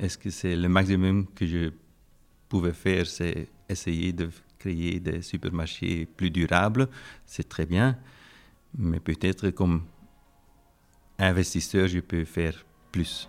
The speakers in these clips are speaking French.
Est-ce que c'est le maximum que je pouvais faire, c'est essayer de créer des supermarchés plus durables? C'est très bien, mais peut-être comme investisseur, je peux faire plus.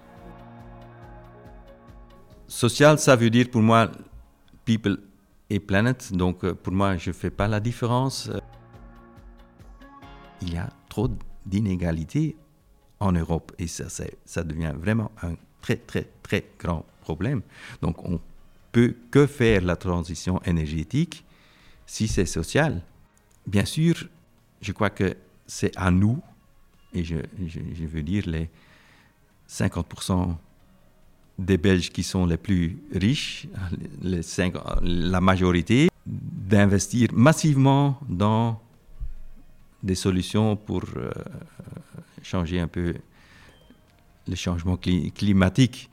Social, ça veut dire pour moi people et planet. Donc pour moi, je ne fais pas la différence. Il y a trop d'inégalités en Europe et ça devient vraiment un très, très, très grand problème. Donc on peut que faire la transition énergétique si c'est social. Bien sûr, je crois que c'est à nous, et je veux dire les 50% des Belges qui sont les plus riches, la majorité, d'investir massivement dans des solutions pour changer un peu le changement climatique.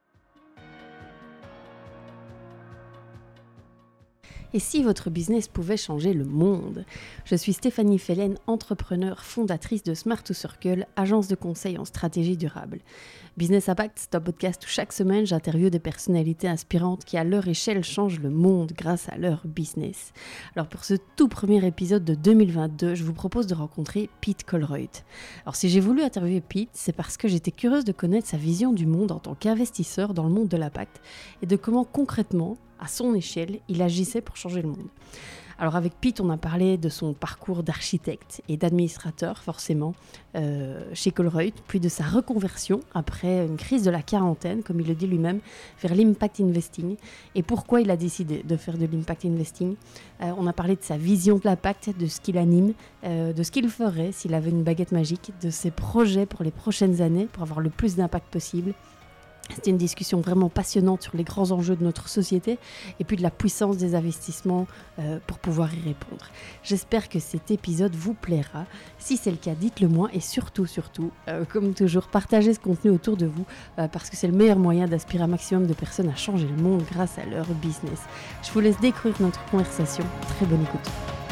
Et si votre business pouvait changer le monde? Je suis Stéphanie Fellen, entrepreneure, fondatrice de Smart to Circle, agence de conseil en stratégie durable. Business Impact, c'est un podcast où chaque semaine j'interviewe des personnalités inspirantes qui à leur échelle changent le monde grâce à leur business. Alors pour ce tout premier épisode de 2022, je vous propose de rencontrer Pete Colruyt. Alors si j'ai voulu interviewer Pete, c'est parce que j'étais curieuse de connaître sa vision du monde en tant qu'investisseur dans le monde de l'impact et de comment concrètement, à son échelle, il agissait pour changer le monde. Alors avec Pete, on a parlé de son parcours d'architecte et d'administrateur, forcément, chez Colruyt, puis de sa reconversion après une crise de la quarantaine, comme il le dit lui-même, vers l'impact investing, et pourquoi il a décidé de faire de l'impact investing. On a parlé de sa vision de l'impact, de ce qui l'anime, de ce qu'il ferait s'il avait une baguette magique, de ses projets pour les prochaines années, pour avoir le plus d'impact possible. C'était une discussion vraiment passionnante sur les grands enjeux de notre société et puis de la puissance des investissements pour pouvoir y répondre. J'espère que cet épisode vous plaira. Si c'est le cas, dites-le moi et surtout, comme toujours, partagez ce contenu autour de vous parce que c'est le meilleur moyen d'aspirer un maximum de personnes à changer le monde grâce à leur business. Je vous laisse découvrir notre conversation. Très bonne écoute.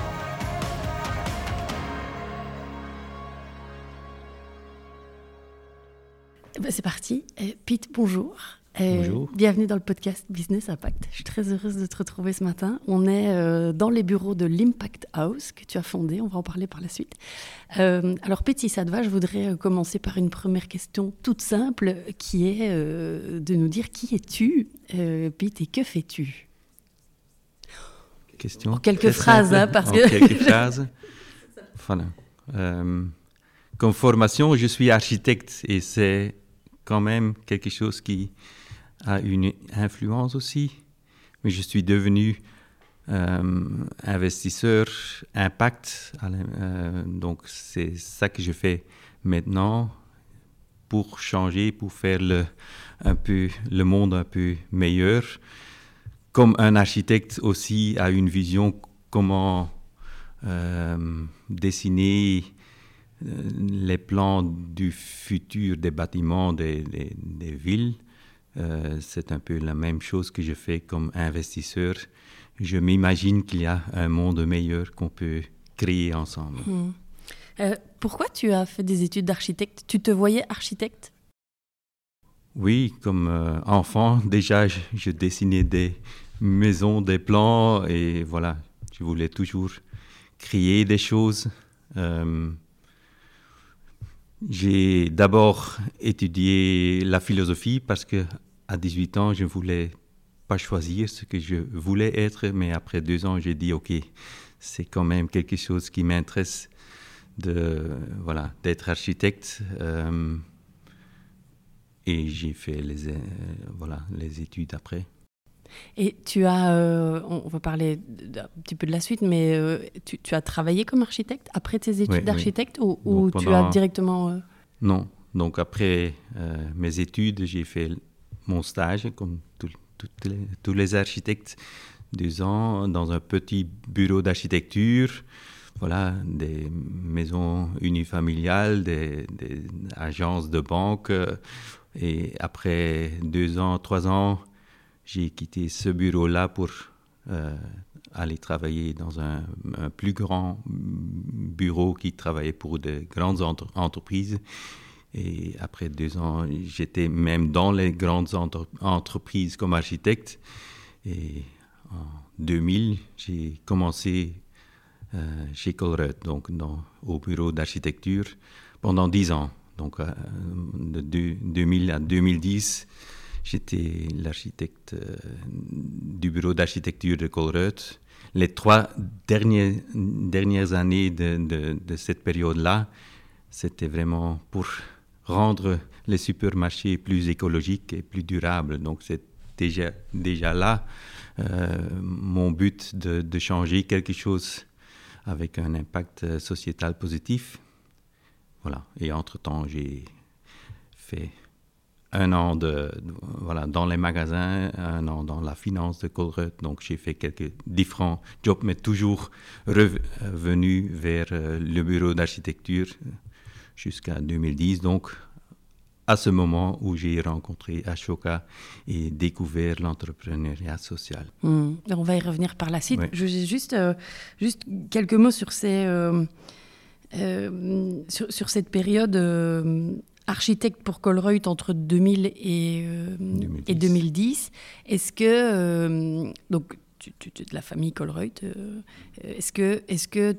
C'est parti. Pete, bonjour. Bonjour. Bienvenue dans le podcast Business Impact. Je suis très heureuse de te retrouver ce matin. On est dans les bureaux de l'Impact House que tu as fondé. On va en parler par la suite. Alors Pete, si ça te va, je voudrais commencer par une première question toute simple qui est de nous dire qui es-tu, Pete, et que fais-tu? Question. En quelques phrases, parce que... quelques phrases. Voilà. Comme formation, je suis architecte et c'est quand même quelque chose qui a une influence aussi. Mais je suis devenu investisseur impact. Donc c'est ça que je fais maintenant pour changer, pour faire le monde un peu meilleur. Comme un architecte aussi a une vision comment dessiner les plans du futur des bâtiments des villes, c'est un peu la même chose que je fais comme investisseur. Je m'imagine qu'il y a un monde meilleur qu'on peut créer ensemble. Pourquoi tu as fait des études d'architecte? Tu te voyais architecte? Oui, comme enfant, déjà, je dessinais des maisons, des plans, et voilà, je voulais toujours créer des choses. J'ai d'abord étudié la philosophie parce que à 18 ans, je ne voulais pas choisir ce que je voulais être, mais après 2 ans, j'ai dit, OK, c'est quand même quelque chose qui m'intéresse d'être architecte. Et j'ai fait les études après. Et tu as, on va parler un petit peu de la suite, mais tu as travaillé comme architecte après tes études d'architecte ou tu as directement... Non, donc après mes études, j'ai fait mon stage comme tous les architectes, 2 ans dans un petit bureau d'architecture, voilà, des maisons unifamiliales, des agences de banque. Et après 2 ans, 3 ans, j'ai quitté ce bureau-là pour aller travailler dans un plus grand bureau qui travaillait pour de grandes entreprises Et après 2 ans, j'étais même dans les grandes entreprises comme architecte. Et en 2000, j'ai commencé chez Colruyt, donc au bureau d'architecture, pendant 10 ans. Donc de 2000 à 2010, j'étais l'architecte du bureau d'architecture de Colruyt. Les 3 dernières années de cette période-là, c'était vraiment pour rendre les supermarchés plus écologiques et plus durables. Donc c'est déjà là mon but de changer quelque chose avec un impact sociétal positif. Voilà. Et entre-temps, j'ai fait 1 an dans les magasins, 1 an dans la finance de Colruyt. Donc j'ai fait quelques différents jobs, mais toujours revenu vers le bureau d'architecture jusqu'à 2010. Donc à ce moment où j'ai rencontré Ashoka et découvert l'entrepreneuriat social. On va y revenir par la suite. Ouais. Juste quelques mots sur sur cette période architecte pour Colruyt entre 2000 et 2010. Est-ce que donc tu es de la famille Colruyt, est-ce que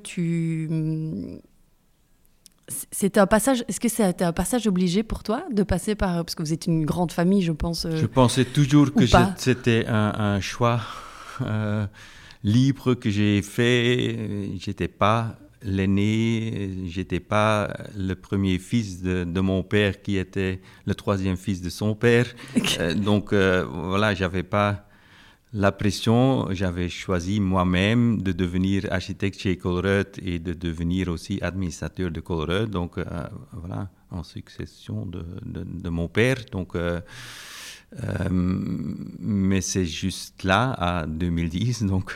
c'était un passage, est-ce que c'était un passage obligé pour toi de passer par, parce que vous êtes une grande famille, je pense. Je pensais toujours que c'était un choix libre que j'ai fait. J'étais pas l'aîné, j'étais pas le premier fils de mon père qui était le 3e fils de son père. Donc voilà, j'avais pas la pression. J'avais choisi moi-même de devenir architecte chez Colruyt et de devenir aussi administrateur de Colruyt. Donc voilà, en succession de mon père. Donc mais c'est juste là, à 2010, donc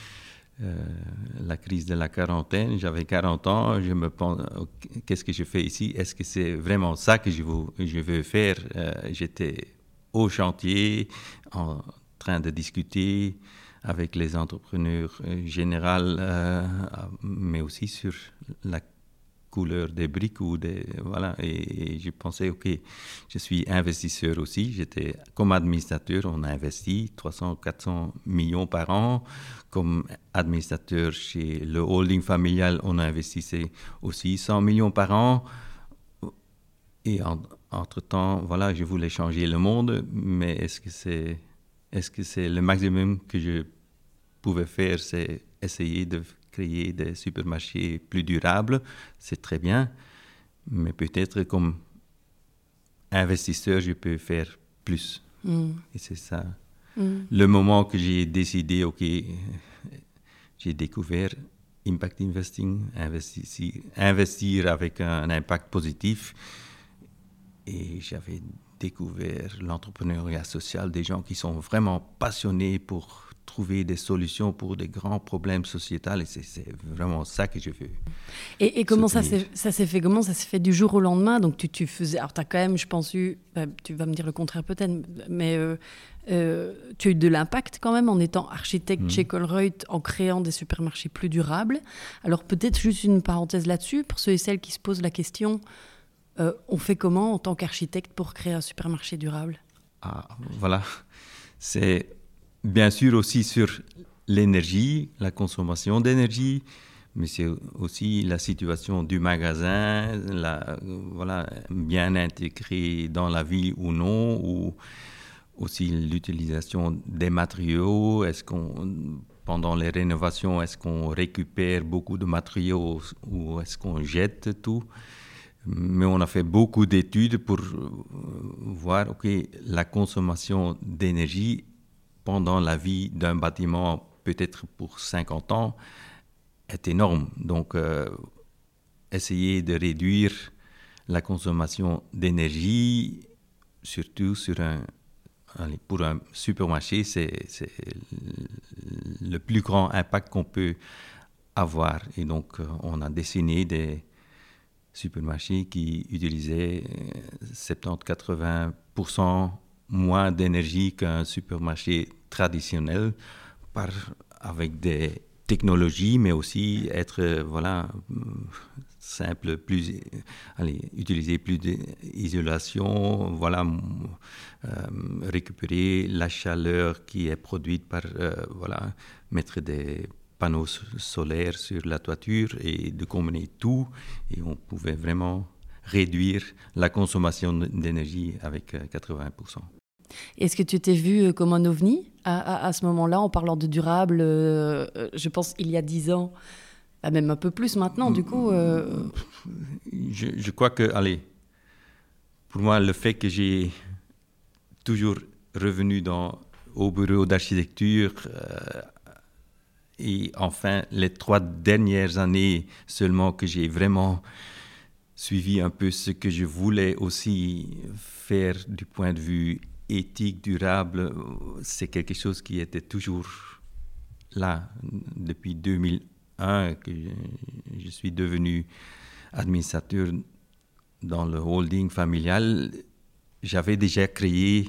la crise de la quarantaine, j'avais 40 ans, je me pense, qu'est-ce que je fais ici? Est-ce que c'est vraiment ça que je veux faire? J'étais au chantier, en train de discuter avec les entrepreneurs généraux, mais aussi sur la couleur des briques voilà, et je pensais, ok, je suis investisseur aussi, j'étais comme administrateur, on a investi 300-400 millions par an, comme administrateur chez le holding familial, on a investi aussi 100 millions par an, et entre-temps, voilà, je voulais changer le monde, mais est-ce que c'est le maximum que je pouvais faire, c'est essayer de créer des supermarchés plus durables, c'est très bien, mais peut-être comme investisseur, je peux faire plus. Et c'est ça. Le moment que j'ai décidé, ok, j'ai découvert Impact Investing, investir avec un impact positif, et j'avais découvert l'entrepreneuriat social, des gens qui sont vraiment passionnés pour trouver des solutions pour des grands problèmes sociétals, et c'est vraiment ça que je veux. Et comment ça s'est fait? Comment ça s'est fait du jour au lendemain? Donc tu faisais, alors tu as quand même, je pense, tu vas me dire le contraire peut-être, mais tu as eu de l'impact quand même en étant architecte chez Colruyt, en créant des supermarchés plus durables. Alors peut-être juste une parenthèse là-dessus, pour ceux et celles qui se posent la question, on fait comment en tant qu'architecte pour créer un supermarché durable? Voilà, c'est bien sûr aussi sur l'énergie, la consommation d'énergie, mais c'est aussi la situation du magasin, voilà, bien intégré dans la ville ou non, ou aussi l'utilisation des matériaux. Pendant les rénovations, est-ce qu'on récupère beaucoup de matériaux ou est-ce qu'on jette tout? Mais on a fait beaucoup d'études pour voir, ok, la consommation d'énergie pendant la vie d'un bâtiment, peut-être pour 50 ans, est énorme. Donc, essayer de réduire la consommation d'énergie, surtout pour un supermarché, c'est le plus grand impact qu'on peut avoir. Et donc, on a dessiné des supermarchés qui utilisaient 70-80% moins d'énergie qu'un supermarché traditionnel, avec des technologies, mais aussi simple, utiliser plus d'isolation, récupérer la chaleur qui est produite par, mettre des panneaux solaires sur la toiture et de combiner tout. Et on pouvait vraiment réduire la consommation d'énergie avec 80%. Est-ce que tu t'es vu comme un ovni à ce moment-là, en parlant de durable, je pense il y a 10 ans, même un peu plus maintenant, du coup Je crois que, pour moi, le fait que j'ai toujours revenu au bureau d'architecture et enfin, les 3 dernières années seulement que j'ai vraiment suivi un peu ce que je voulais aussi faire du point de vue éthique, durable, c'est quelque chose qui était toujours là. Depuis 2001 que je suis devenu administrateur dans le holding familial, j'avais déjà créé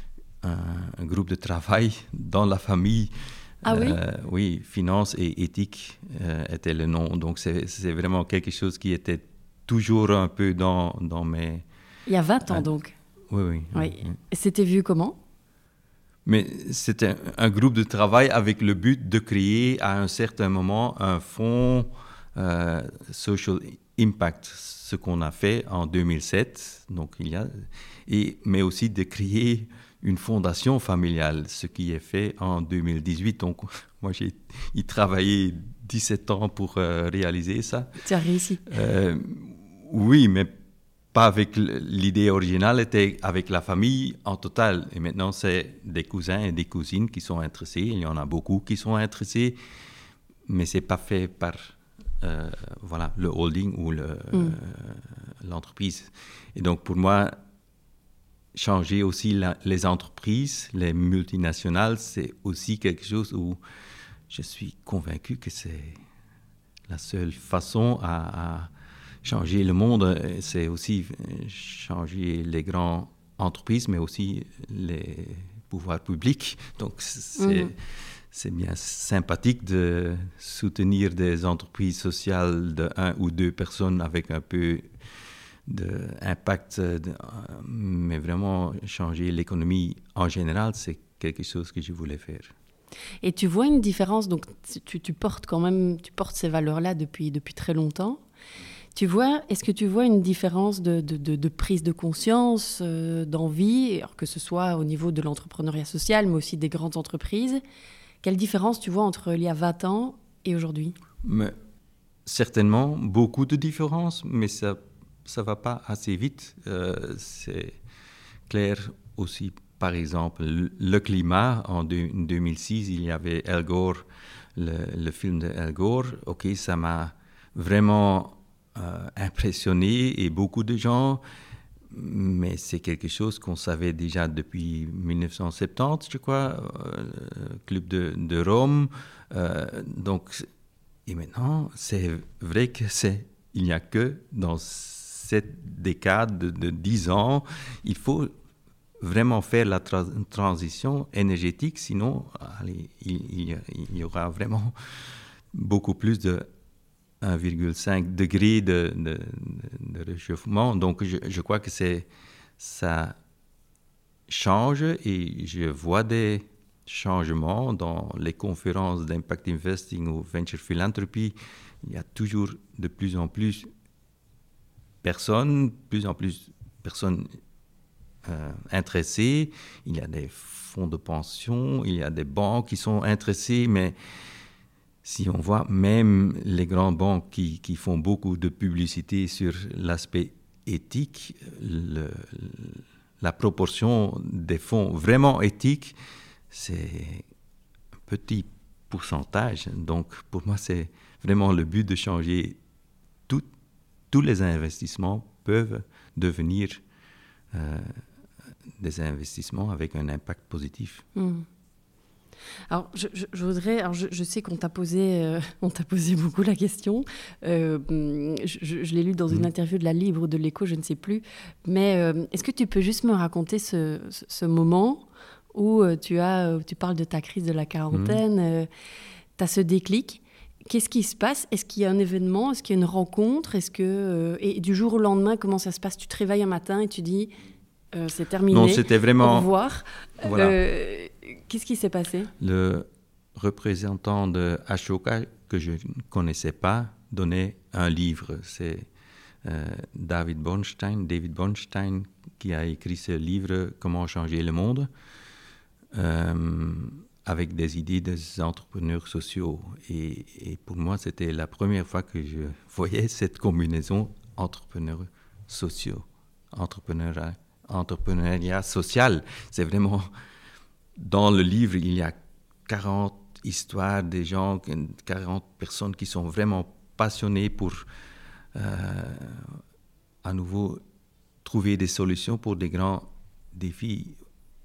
un groupe de travail dans la famille. Ah oui? Oui, finance et éthique était le nom. Donc c'est vraiment quelque chose qui était toujours un peu dans mes... Il y a 20 ans donc? Oui. Et c'était vu comment? Mais c'était un groupe de travail avec le but de créer à un certain moment un fonds social impact, ce qu'on a fait en 2007. Donc mais aussi de créer une fondation familiale, ce qui est fait en 2018. Donc moi j'ai travaillé 17 ans pour réaliser ça. Tu as réussi? Oui, mais pas avec l'idée originale, était avec la famille en total. Et maintenant, c'est des cousins et des cousines qui sont intéressés. Il y en a beaucoup qui sont intéressés, mais ce n'est pas fait par le holding ou l'entreprise. Et donc, pour moi, changer aussi les entreprises, les multinationales, c'est aussi quelque chose où je suis convaincu que c'est la seule façon à changer le monde. C'est aussi changer les grandes entreprises, mais aussi les pouvoirs publics. Donc, c'est bien sympathique de soutenir des entreprises sociales de 1 ou 2 personnes avec un peu d'impact, mais vraiment changer l'économie en général, c'est quelque chose que je voulais faire. Et tu vois une différence, donc tu portes ces valeurs-là depuis très longtemps. Est-ce que tu vois une différence de prise de conscience, d'envie, alors que ce soit au niveau de l'entrepreneuriat social, mais aussi des grandes entreprises? Quelle différence tu vois entre il y a 20 ans et aujourd'hui? Mais certainement, beaucoup de différences, mais ça ne va pas assez vite. C'est clair aussi, par exemple, le climat. En 2006, il y avait Al Gore, le film de Al Gore. OK, ça m'a vraiment impressionné et beaucoup de gens, mais c'est quelque chose qu'on savait déjà depuis 1970, je crois, Club de Rome. Et maintenant, c'est vrai que il n'y a que dans cette décade de 10 ans, il faut vraiment faire la transition énergétique, sinon il y aura vraiment beaucoup plus de 1,5 degré de réchauffement. Donc, je crois que ça change et je vois des changements dans les conférences d'impact investing ou venture philanthropy. Il y a toujours de plus en plus personnes intéressées. Il y a des fonds de pension, il y a des banques qui sont intéressées, mais si on voit même les grandes banques qui font beaucoup de publicité sur l'aspect éthique, la proportion des fonds vraiment éthiques, c'est un petit pourcentage. Donc, pour moi, c'est vraiment le but de changer. Tous les investissements peuvent devenir des investissements avec un impact positif. Alors, je sais qu'on t'a posé beaucoup la question. Je l'ai lu dans une interview de La Libre ou de L'Écho, je ne sais plus. Mais est-ce que tu peux juste me raconter ce moment où tu parles de ta crise de la quarantaine, tu as ce déclic. qu'est-ce qui se passe? Est-ce qu'il y a un événement? Est-ce qu'il y a une rencontre? Et du jour au lendemain, comment ça se passe? Tu te réveilles un matin et tu dis c'est terminé. Non, c'était vraiment... Au revoir. Voilà. Qu'est-ce qui s'est passé? Le représentant de Ashoka, que je ne connaissais pas, donnait un livre. C'est David Bornstein, qui a écrit ce livre « Comment changer le monde », avec des idées des entrepreneurs sociaux. Et pour moi, c'était la première fois que je voyais cette combinaison entrepreneurs sociaux, entrepreneuriat social. C'est vraiment... Dans le livre, il y a 40 histoires des gens, 40 personnes qui sont vraiment passionnées pour, à nouveau, trouver des solutions pour des grands défis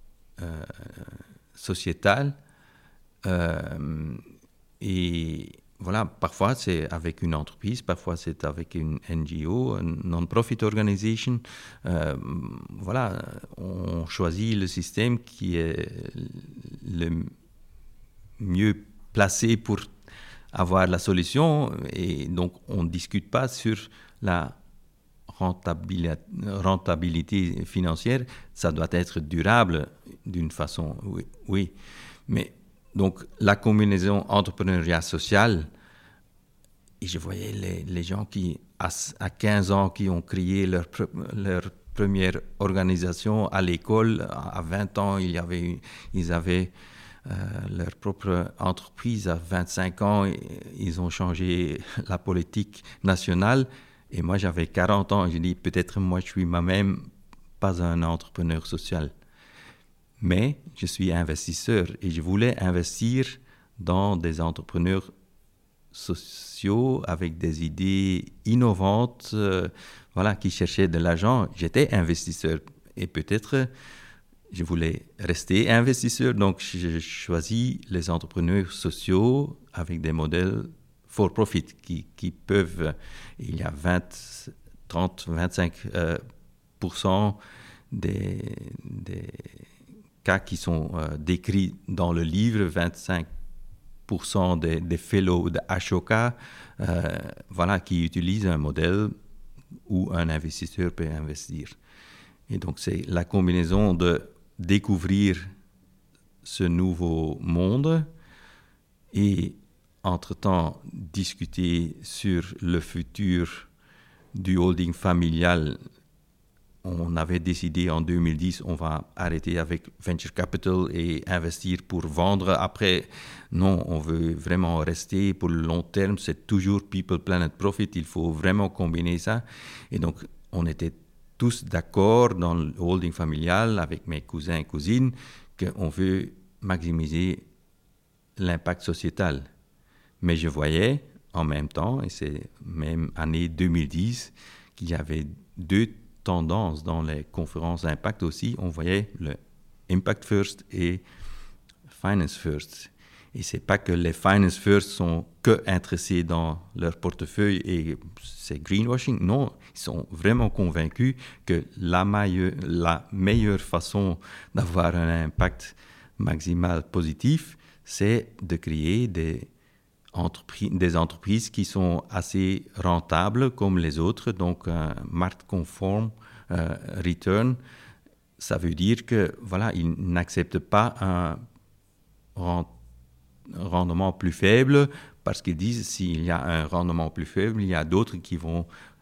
sociétals. Et voilà, parfois c'est avec une entreprise, parfois c'est avec une NGO, une non-profit organization. Voilà, on choisit le système qui est le mieux placé pour avoir la solution, et donc on ne discute pas sur la rentabilité financière. Ça doit être durable d'une façon, oui. Mais donc la combinaison entrepreneuriat social, et je voyais les gens qui, à 15 ans, qui ont créé leur première organisation à l'école. À 20 ans, ils avaient leur propre entreprise. À 25 ans, ils ont changé la politique nationale. Et moi, j'avais 40 ans. J'ai dit, peut-être moi, je suis moi-même pas un entrepreneur social. Mais je suis investisseur et je voulais investir dans des entrepreneurs sociaux avec des idées innovantes, voilà, qui cherchaient de l'argent. J'étais investisseur et peut-être je voulais rester investisseur. Donc, j'ai choisi les entrepreneurs sociaux avec des modèles for profit qui peuvent, il y a 30-25% des cas qui sont décrits dans le livre, 25% des fellows de Ashoka, voilà, qui utilisent un modèle où un investisseur peut investir. Et donc, c'est la combinaison de découvrir ce nouveau monde et, entre-temps, discuter sur le futur du holding familial. On avait décidé en 2010, on va arrêter avec venture capital et investir pour vendre. Après, non, on veut vraiment rester pour le long terme. C'est toujours People, Planet, Profit. Il faut vraiment combiner ça. Et donc, on était tous d'accord dans le holding familial avec mes cousins et cousines qu'on veut maximiser l'impact sociétal. Mais je voyais en même temps, et c'est même année 2010, qu'il y avait deux tendances dans les conférences d'impact aussi. On voyait le Impact First et Finance First. Et c'est pas que les Finance First sont que intéressés dans leur portefeuille et c'est greenwashing. Non, ils sont vraiment convaincus que la meilleure façon d'avoir un impact maximal positif, c'est de créer des entreprises qui sont assez rentables comme les autres, donc un market conforme return. Ça veut dire que voilà, ils n'acceptent pas un rendement plus faible parce qu'ils disent s'il y a un rendement plus faible, il y a d'autres qui vont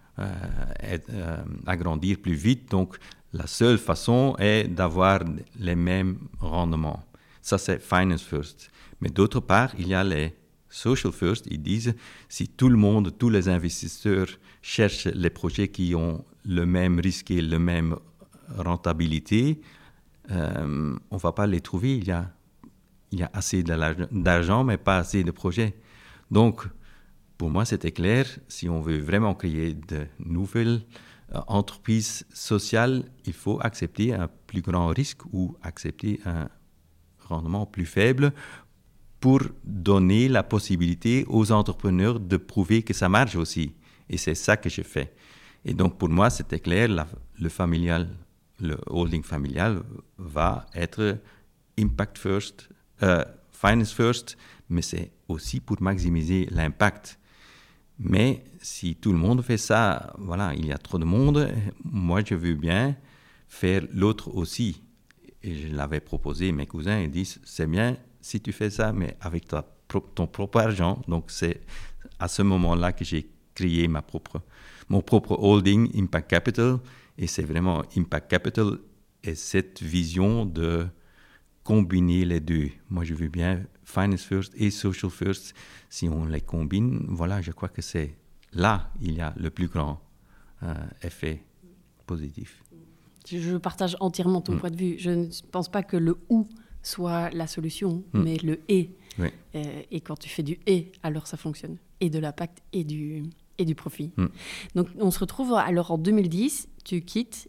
agrandir plus vite. Donc la seule façon est d'avoir les mêmes rendements. Ça, c'est Finance First. Mais d'autre part, il y a les Social First. Ils disent si tout le monde, tous les investisseurs cherchent les projets qui ont le même risque et la même rentabilité, on ne va pas les trouver. Il y a assez d'argent, mais pas assez de projets. Donc, pour moi, c'était clair. Si on veut vraiment créer de nouvelles entreprises sociales, il faut accepter un plus grand risque ou accepter un rendement plus faible pour donner la possibilité aux entrepreneurs de prouver que ça marche aussi. Et c'est ça que je fais. Et donc, pour moi, c'était clair, le holding familial va être Impact First, Finance First, mais c'est aussi pour maximiser l'impact. Mais si tout le monde fait ça, voilà, il y a trop de monde. Moi, je veux bien faire l'autre aussi. Et je l'avais proposé, mes cousins, ils disent, c'est bien si tu fais ça, mais avec ton propre argent. Donc, c'est à ce moment-là que j'ai créé mon propre holding, Impact Capital. Et c'est vraiment Impact Capital et cette vision de combiner les deux. Moi, je veux bien Finance First et Social First. Si on les combine, voilà, je crois que c'est là il y a le plus grand effet positif. Je partage entièrement ton point de vue. Je ne pense pas que le « ou » soit la solution, mais le « et ». Oui. Et quand tu fais du « et », alors ça fonctionne. Et de l'impact et du profit. Donc, on se retrouve alors en 2010. Tu quittes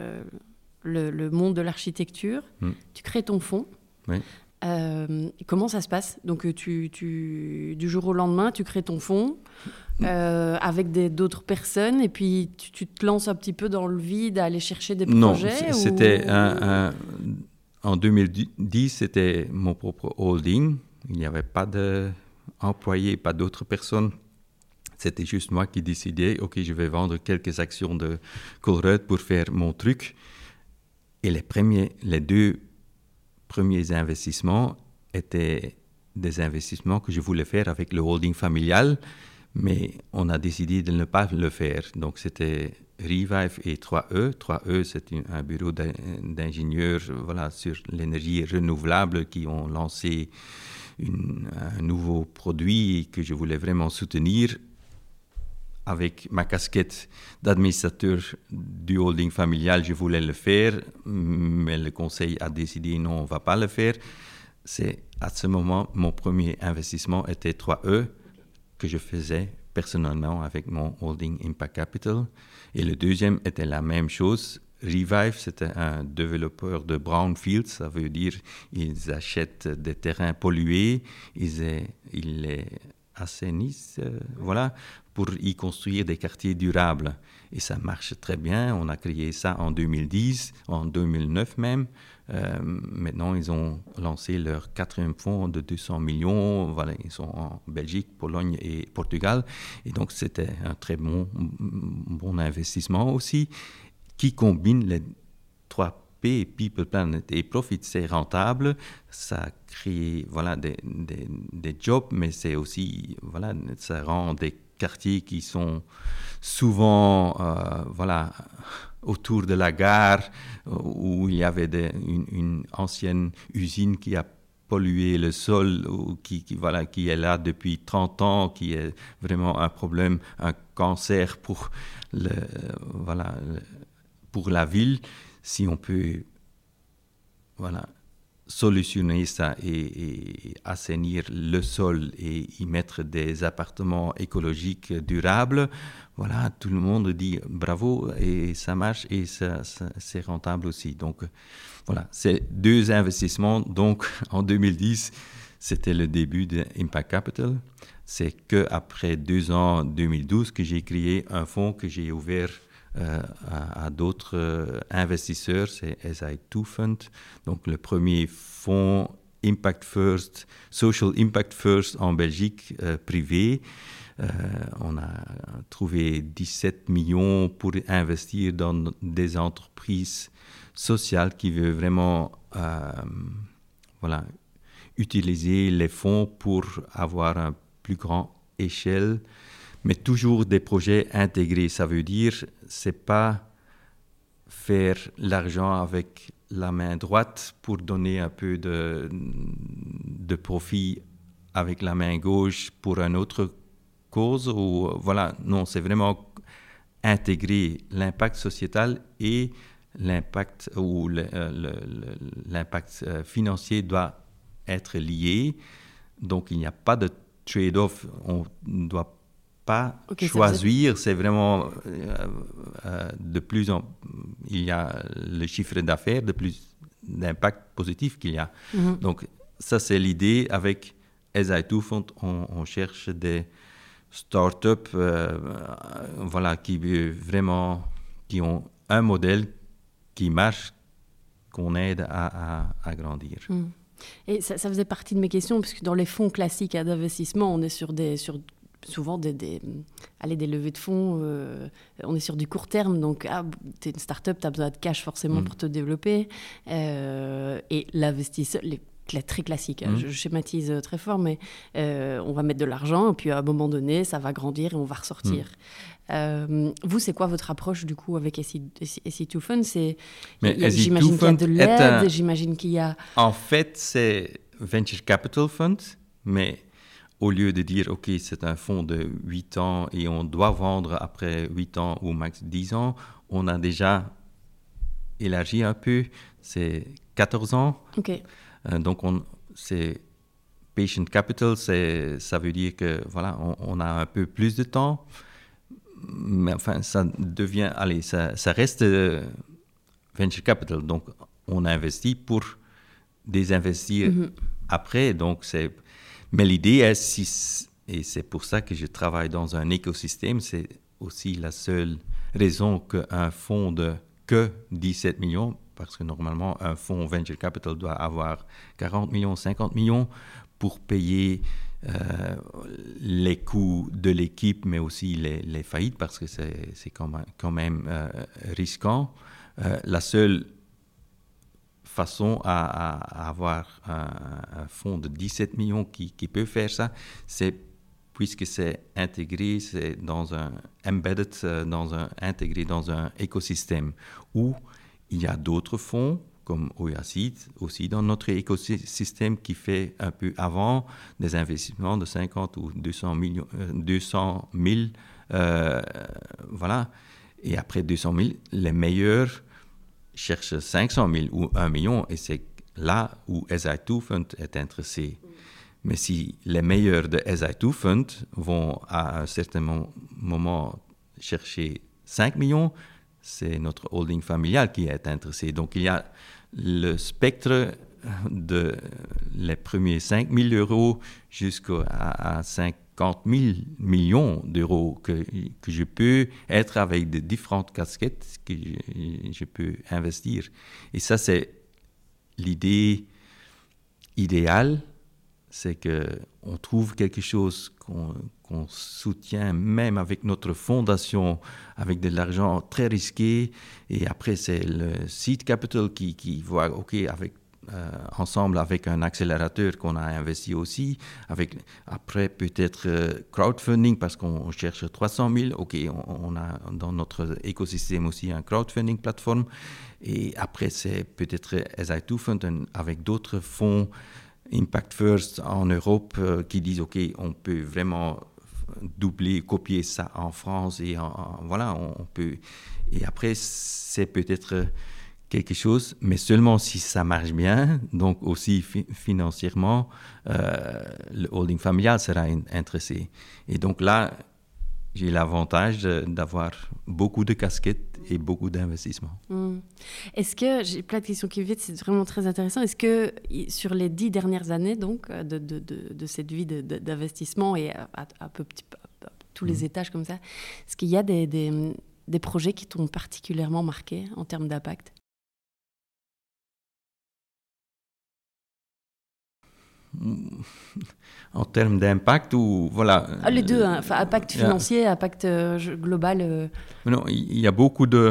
le monde de l'architecture. Tu crées ton fonds. Oui. Comment ça se passe? Donc, du jour au lendemain, tu crées ton fonds avec d'autres personnes et puis tu te lances un petit peu dans le vide à aller chercher des projets? Non, c'était en 2010, c'était mon propre holding. Il n'y avait pas d'employés, pas d'autres personnes. C'était juste moi qui décidais, OK, je vais vendre quelques actions de Colruyt pour faire mon truc. Et les 2 premiers investissements étaient des investissements que je voulais faire avec le holding familial, mais on a décidé de ne pas le faire. Donc, c'était Revive et 3E. 3E, c'est un bureau d'ingénieurs sur l'énergie renouvelable qui ont lancé un nouveau produit que je voulais vraiment soutenir. Avec ma casquette d'administrateur du holding familial, je voulais le faire, mais le conseil a décidé non, on ne va pas le faire. C'est à ce moment, mon premier investissement était 3E, que je faisais personnellement avec mon holding Impact Capital. Et le deuxième était la même chose. Revive, c'était un développeur de brownfield, ça veut dire ils achètent des terrains pollués, ils les assainissent, pour y construire des quartiers durables. Et ça marche très bien. On a créé ça en 2010, en 2009 même. Maintenant, ils ont lancé leur 4e fonds de 200 millions. Voilà, ils sont en Belgique, Pologne et Portugal. Et donc, c'était un très bon investissement aussi, qui combine les 3 P, People, Planet et Profit. C'est rentable, ça crée des jobs, mais c'est aussi, ça rend des quartiers qui sont souvent autour de la gare où il y avait une ancienne usine qui a pollué le sol, ou qui est là depuis 30 ans, qui est vraiment un problème, un cancer pour pour la ville. Si on peut solutionner ça et assainir le sol et y mettre des appartements écologiques durables, tout le monde dit bravo et ça marche et ça c'est rentable aussi. Donc ces 2 investissements. Donc en 2010, c'était le début de Impact Capital. C'est qu'après 2 ans, 2012, que j'ai créé un fonds que j'ai ouvert à d'autres investisseurs, c'est SI2 Fund. Donc le premier fonds Impact First, Social Impact First en Belgique, privé. On a trouvé 17 millions pour investir dans des entreprises sociales qui veulent vraiment utiliser les fonds pour avoir une plus grande échelle, mais toujours des projets intégrés. Ça veut dire, c'est pas faire l'argent avec la main droite pour donner un peu de profit avec la main gauche pour une autre cause. Non, c'est vraiment intégrer l'impact sociétal et l'impact l'impact financier doit être lié. Donc, il n'y a pas de trade-off. On ne doit pas choisir. C'est vraiment il y a le chiffre d'affaires de plus d'impact positif qu'il y a. Mm-hmm. Donc, ça, c'est l'idée. Avec SI2 Fund, on cherche des startups qui ont un modèle qui marche, qu'on aide à grandir. Et ça faisait partie de mes questions, puisque dans les fonds classiques d'investissement, on est souvent des levées de fonds, on est sur du court terme, donc tu es une start-up, tu as besoin de cash forcément pour te développer, et l'investisseur, très classique, je schématise très fort, mais on va mettre de l'argent, et puis à un moment donné, ça va grandir et on va ressortir. Vous, c'est quoi votre approche du coup avec SE2 Fund? J'imagine qu'il y a de l'aide, j'imagine qu'il y a... En fait, c'est Venture Capital Fund, mais au lieu de dire, OK, c'est un fonds de 8 ans et on doit vendre après 8 ans ou max 10 ans, on a déjà élargi un peu, c'est 14 ans. OK. Donc, c'est patient capital, ça veut dire que voilà, on a un peu plus de temps, mais enfin, ça devient, ça reste venture capital. Donc, on investit pour désinvestir après. Donc, mais l'idée est, et c'est pour ça que je travaille dans un écosystème, c'est aussi la seule raison qu'un fonds de que 17 millions, parce que normalement, un fonds venture capital doit avoir 40 millions, 50 millions pour payer les coûts de l'équipe, mais aussi les faillites, parce que c'est quand même risquant. La seule façon à avoir un fonds de 17 millions qui peut faire ça, c'est puisque c'est intégré, c'est embedded, intégré dans un écosystème où il y a d'autres fonds, comme Oyacid, aussi dans notre écosystème, qui fait un peu avant des investissements de 50 ou 200 000, voilà. Et après 200 000, les meilleurs cherchent 500 000 ou 1 million, et c'est là où SI2 Fund est intéressé. Mais si les meilleurs de SI2 Fund vont à un certain moment chercher 5 millions, c'est notre holding familial qui est intéressé. Donc, il y a le spectre de les premiers 5 000 euros jusqu'à 50 000 millions d'euros que je peux être avec de différentes casquettes que je peux investir. Et ça, c'est l'idée idéale, c'est qu'on trouve quelque chose qu'on soutient même avec notre fondation, avec de l'argent très risqué. Et après, c'est le seed capital qui voit, OK, ensemble avec un accélérateur qu'on a investi aussi. Après, peut-être crowdfunding, parce qu'on cherche 300 000. OK, on a dans notre écosystème aussi un crowdfunding plateforme. Et après, c'est peut-être SI2 Fund avec d'autres fonds Impact First en Europe qui disent OK, on peut vraiment doubler, copier ça en France et voilà, on peut. Et après, c'est peut-être quelque chose, mais seulement si ça marche bien, donc aussi financièrement, le holding familial sera intéressé. Et donc là, j'ai l'avantage d'avoir beaucoup de casquettes et beaucoup d'investissements. Est-ce que, j'ai plein de questions qui me viennent, c'est vraiment très intéressant. Est-ce que sur les 10 dernières années donc, de cette vie d'investissement et à tous les étages comme ça, est-ce qu'il y a des projets qui t'ont particulièrement marqué en termes d'impact? En termes d'impact ou voilà. Les deux, hein, impact financier, impact global. Non, il y a beaucoup de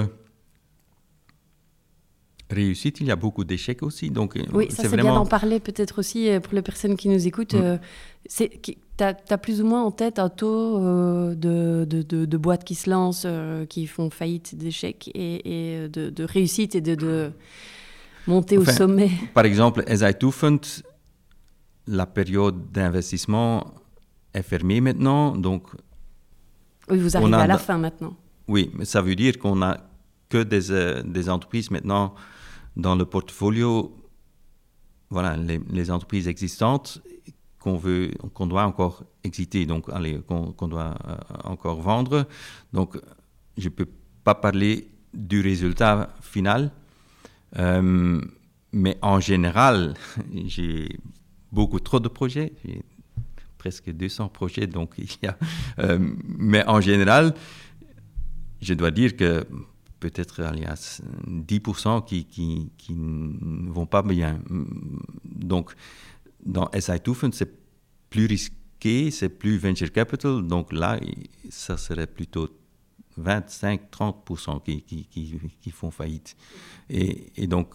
réussites, il y a beaucoup d'échecs aussi. Donc, oui, ça c'est vraiment bien d'en parler peut-être aussi pour les personnes qui nous écoutent. T'as plus ou moins en tête un taux de boîtes qui se lancent, qui font faillite, d'échecs et de réussite et de monter au sommet. Par exemple, SI2 Fund, la période d'investissement est fermée maintenant, donc... Oui, vous arrivez à la fin maintenant. Oui, mais ça veut dire qu'on n'a que des entreprises maintenant dans le portfolio, voilà, les entreprises existantes qu'on doit encore exiter, donc qu'on doit encore vendre. Donc, je ne peux pas parler du résultat final, mais en général, j'ai beaucoup trop de projets, j'ai presque 200 projets, donc il y a... mais en général, je dois dire que peut-être il y a 10% qui ne vont pas bien. Donc, dans SI2 Fund, c'est plus risqué, c'est plus venture capital. Donc là, ça serait plutôt 25-30% qui font faillite. Et donc,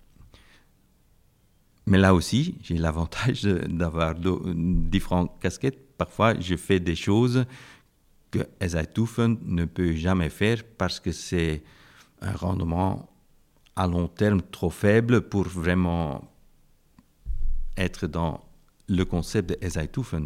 mais là aussi, j'ai l'avantage d'avoir différentes casquettes. Parfois, je fais des choses que SI2 Fund ne peut jamais faire parce que c'est un rendement à long terme trop faible pour vraiment être dans le concept de SI2 Fund.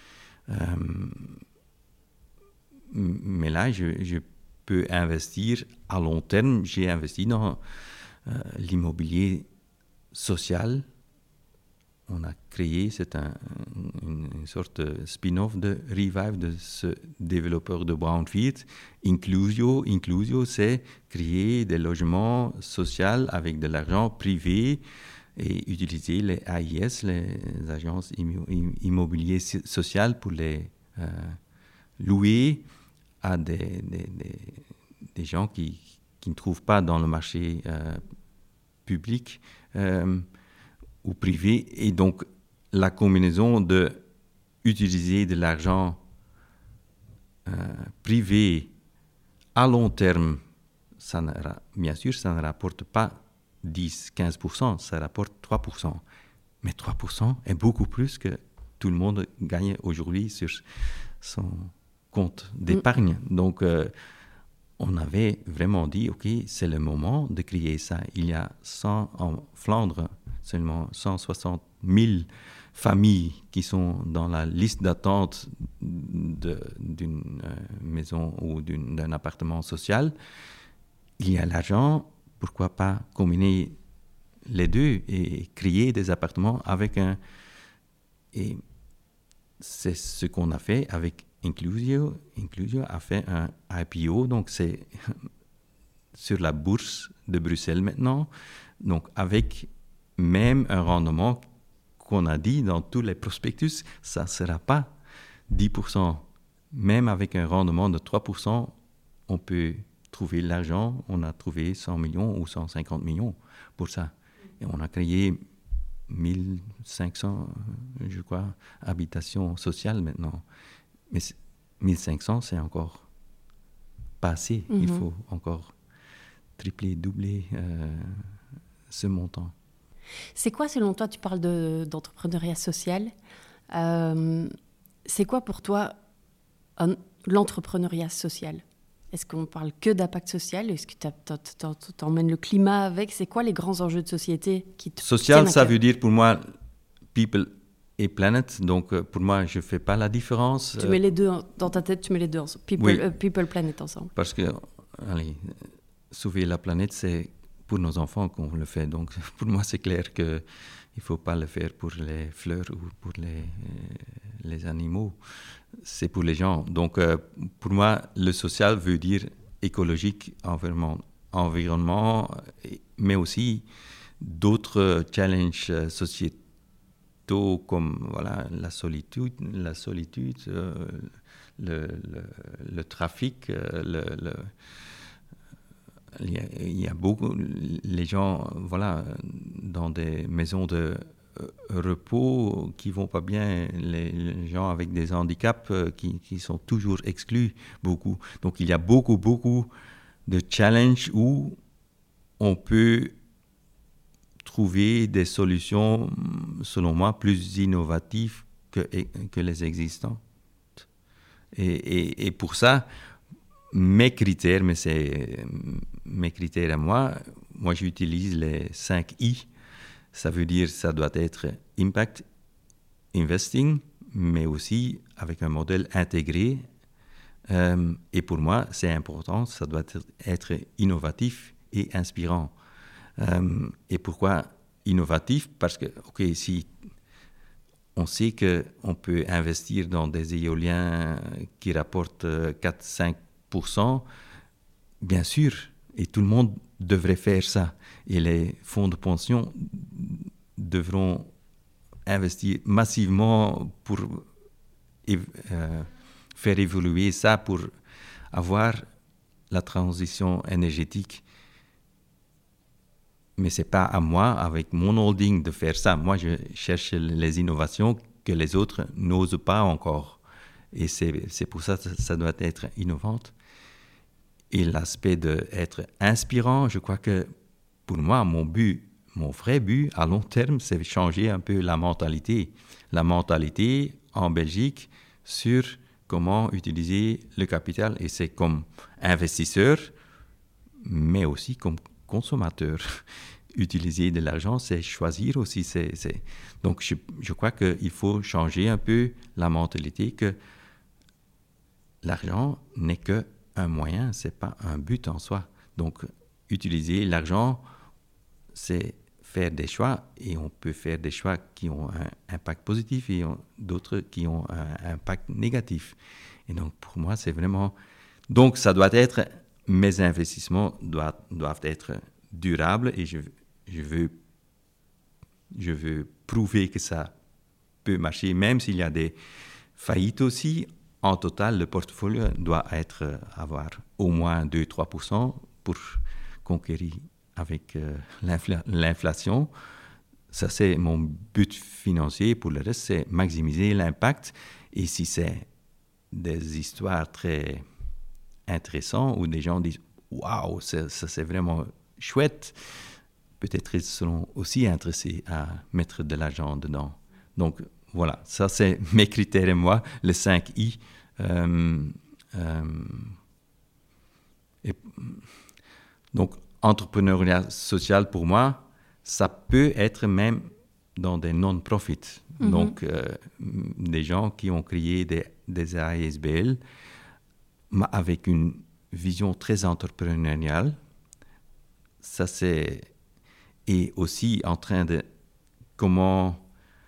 Mais là, je peux investir à long terme. J'ai investi dans l'immobilier social. On a créé, c'est une sorte de spin-off de Revive, de ce développeur de brownfield. Inclusio, c'est créer des logements sociaux avec de l'argent privé et utiliser les AIS, les agences immobilières sociales, pour les louer à des gens qui ne trouvent pas dans le marché public ou privé. Et donc, la combinaison de utiliser de l'argent privé à long terme, bien sûr, ça ne rapporte pas 10-15%, ça rapporte 3%. Mais 3% est beaucoup plus que tout le monde gagne aujourd'hui sur son compte d'épargne. Donc, on avait vraiment dit, OK, c'est le moment de créer ça. Il y a en Flandre, seulement 160 000 familles qui sont dans la liste d'attente d'une maison ou d'un appartement social. Il y a l'argent, pourquoi pas combiner les deux et créer des appartements avec un... Et c'est ce qu'on a fait avec Inclusio. Inclusio a fait un IPO, donc c'est sur la bourse de Bruxelles maintenant, donc avec même un rendement qu'on a dit dans tous les prospectus, ça ne sera pas 10%. Même avec un rendement de 3%, on peut trouver l'argent. On a trouvé 100 millions ou 150 millions pour ça. Et on a créé 1500, je crois, habitations sociales maintenant. Mais 1500, c'est encore pas assez. Il faut encore tripler, doubler ce montant. C'est quoi, selon toi, tu parles d'entrepreneuriat social, c'est quoi pour toi l'entrepreneuriat social? Est-ce qu'on parle que d'impact social? Est-ce que tu emmènes le climat avec? C'est quoi les grands enjeux de société qui te Social, ça veut dire pour moi people et planet. Donc pour moi, je ne fais pas la différence. Tu mets les deux dans ta tête, tu mets les deux ensemble. People, planet ensemble. Parce que, allez, sauver la planète, c'est pour nos enfants qu'on le fait. Donc pour moi, c'est clair qu'il ne faut pas le faire pour les fleurs ou pour les animaux. C'est pour les gens. Donc pour moi, le social veut dire écologique, environnement, mais aussi d'autres challenges sociétaux comme voilà, la solitude, le trafic, il y a beaucoup, les gens, voilà, dans des maisons de repos qui vont pas bien, les gens avec des handicaps qui sont toujours exclus, beaucoup. Donc il y a beaucoup de challenges où on peut trouver des solutions, selon moi, plus innovatives que les existantes. Et pour ça, mes critères à moi j'utilise les 5 I. Ça veut dire ça doit être impact, investing, mais aussi avec un modèle intégré. Et pour moi, c'est important, ça doit être innovatif et inspirant. Et pourquoi innovatif? Parce que, si on sait qu'on peut investir dans des éoliens qui rapportent 4-5%, bien sûr, et tout le monde devrait faire ça. Et les fonds de pension devront investir massivement pour faire évoluer ça, pour avoir la transition énergétique. Mais ce n'est pas à moi, avec mon holding, de faire ça. Moi, je cherche les innovations que les autres n'osent pas encore. Et c'est pour ça que ça doit être innovante. Et l'aspect d'être inspirant, je crois que pour moi, mon vrai but à long terme, c'est changer un peu la mentalité. La mentalité en Belgique sur comment utiliser le capital. Et c'est comme investisseur, mais aussi comme consommateur. Utiliser de l'argent, c'est choisir aussi. Donc, je crois qu'il faut changer un peu la mentalité que l'argent n'est qu'un moyen, ce n'est pas un but en soi. Donc, utiliser l'argent, c'est faire des choix, et on peut faire des choix qui ont un impact positif et d'autres qui ont un impact négatif. Et donc, pour moi, c'est vraiment... Donc, ça doit être... Mes investissements doivent être durables, et je veux prouver que ça peut marcher, même s'il y a des faillites aussi. En total, le portfolio doit avoir au moins 2-3% pour conquérir avec l'inflation. Ça, c'est mon but financier. Pour le reste, c'est maximiser l'impact. Et si c'est des histoires très intéressantes où des gens disent « Waouh, ça c'est vraiment chouette », peut-être ils seront aussi intéressés à mettre de l'argent dedans. Donc, voilà, ça c'est mes critères et moi, les 5 I. Donc, entrepreneuriat social, pour moi, ça peut être même dans des non-profits. Mm-hmm. Donc, des gens qui ont créé des ASBL avec une vision très entrepreneuriale. Ça, c'est... Et aussi en train de comment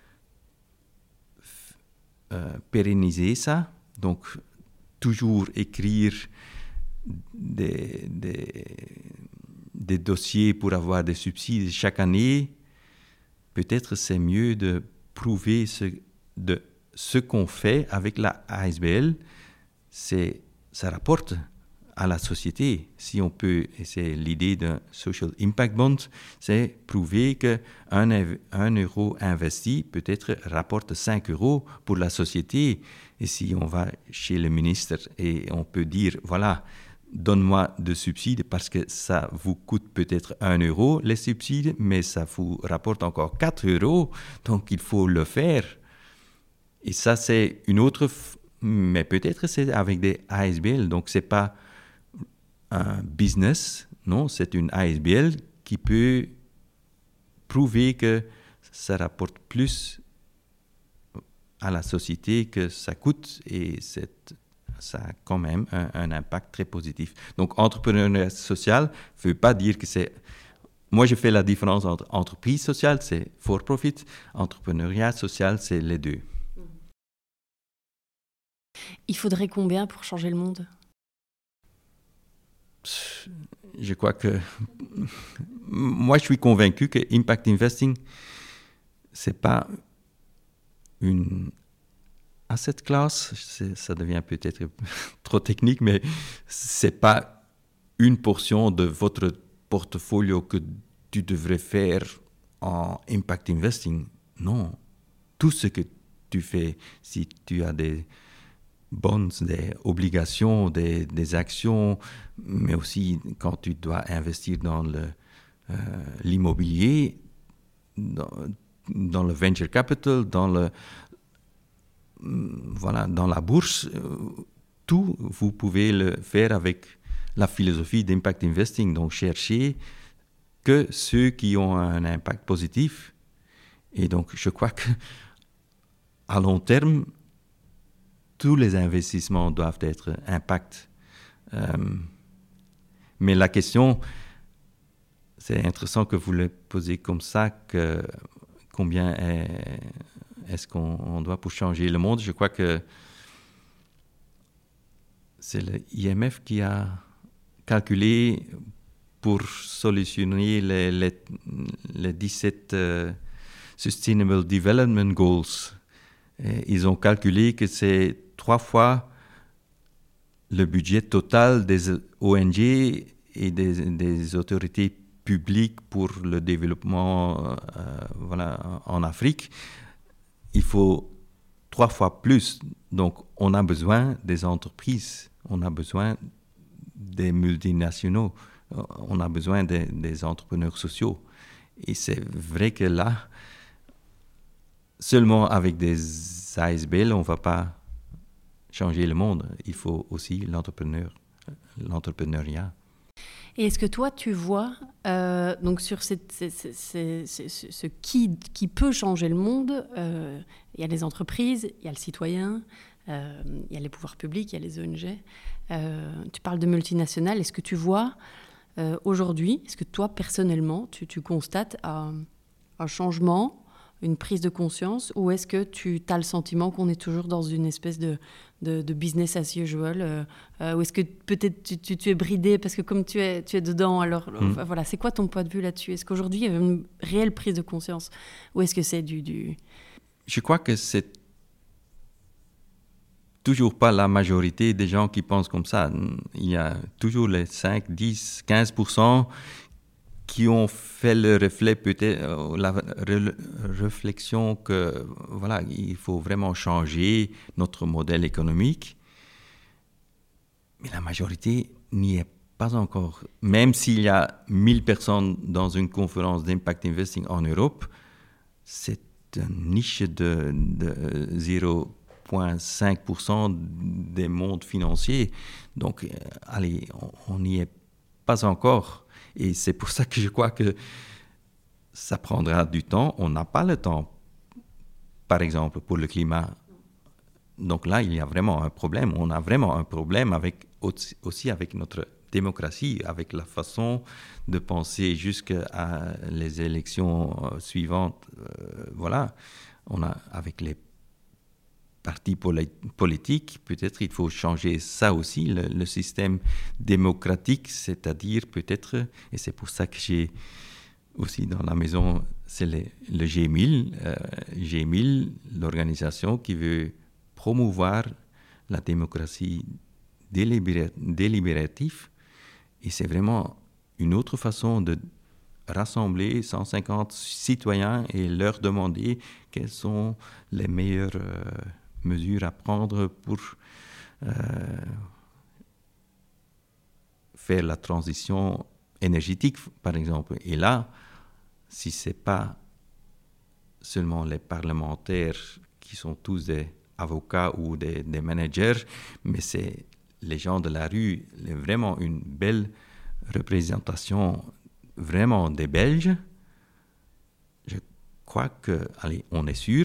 pérenniser ça. Donc, toujours écrire des dossiers pour avoir des subsides chaque année. Peut-être c'est mieux de prouver ce qu'on fait avec la ASBL. Ça rapporte à la société. Si on peut, et c'est l'idée d'un Social Impact Bond, c'est prouver qu'un euro investi peut-être rapporte 5 euros pour la société. Et si on va chez le ministre et on peut dire, voilà, donne-moi de subsides parce que ça vous coûte peut-être 1 euro les subsides, mais ça vous rapporte encore 4 euros, donc il faut le faire. Et ça, c'est une autre... Mais peut-être c'est avec des ASBL, donc c'est pas un business, non, c'est une ASBL qui peut prouver que ça rapporte plus à la société que ça coûte, et ça a quand même un impact très positif. Donc, entrepreneuriat social ne veut pas dire que c'est... Moi, je fais la différence entre entreprise sociale, c'est for profit, entrepreneuriat social, c'est les deux. Il faudrait combien pour changer le monde ? Je crois que... Moi, je suis convaincu que Impact Investing, ce n'est pas une asset class, ça devient peut-être trop technique, mais ce n'est pas une portion de votre portfolio que tu devrais faire en Impact Investing. Non. Tout ce que tu fais, si tu as des bonds, des obligations, des actions, mais aussi quand tu dois investir dans l'immobilier, dans le venture capital, dans la bourse, tout, vous pouvez le faire avec la philosophie d'impact investing. Donc, cherchez que ceux qui ont un impact positif. Et donc, je crois qu'à long terme, tous les investissements doivent être impact. Mais la question, c'est intéressant que vous le posez comme ça, que combien est-ce qu'on doit pour changer le monde. Je crois que c'est le IMF qui a calculé pour solutionner les 17 Sustainable Development Goals. Et ils ont calculé que c'est 3 fois le budget total des ONG et des autorités publiques pour le développement en Afrique, il faut 3 fois plus. Donc, on a besoin des entreprises, on a besoin des multinationaux, on a besoin des entrepreneurs sociaux. Et c'est vrai que là, seulement avec des ASBL, on ne va pas changer le monde. Il faut aussi l'entrepreneuriat. Et est-ce que toi, tu vois, donc sur ce qui peut changer le monde, il y a les entreprises, il y a le citoyen, il y a les pouvoirs publics, il y a les ONG. Tu parles de multinationales. Est-ce que tu vois aujourd'hui, est-ce que toi, personnellement, tu constates un changement, une prise de conscience, ou est-ce que tu as le sentiment qu'on est toujours dans une espèce de business as usual, ou est-ce que peut-être tu es bridé parce que comme tu es dedans, alors voilà, c'est quoi ton point de vue là-dessus? Est-ce qu'aujourd'hui il y a une réelle prise de conscience, ou est-ce que c'est du... Je crois que c'est toujours pas la majorité des gens qui pensent comme ça. Il y a toujours les 5, 10, 15% qui ont fait le reflet, peut-être la réflexion que voilà, il faut vraiment changer notre modèle économique. Mais la majorité n'y est pas encore. Même s'il y a 1000 personnes dans une conférence d'impact investing en Europe, c'est une niche de 0,5% des mondes financiers. Donc, allez, on n'y est pas encore. Et c'est pour ça que je crois que ça prendra du temps. On n'a pas le temps, par exemple, pour le climat. Donc là, il y a vraiment un problème. On a vraiment un problème aussi avec notre démocratie, avec la façon de penser jusqu'à les élections suivantes. Voilà, on a avec les partis politiques, peut-être il faut changer ça aussi, le système démocratique, c'est-à-dire peut-être, et c'est pour ça que j'ai aussi dans la maison, c'est le G1000, G1000, l'organisation qui veut promouvoir la démocratie délibérative, et c'est vraiment une autre façon de rassembler 150 citoyens et leur demander quelles sont les meilleures mesures à prendre pour faire la transition énergétique, par exemple. Et là, si ce n'est pas seulement les parlementaires qui sont tous des avocats ou des managers, mais c'est les gens de la rue, vraiment une belle représentation vraiment des Belges. Je crois que, allez, on est sûr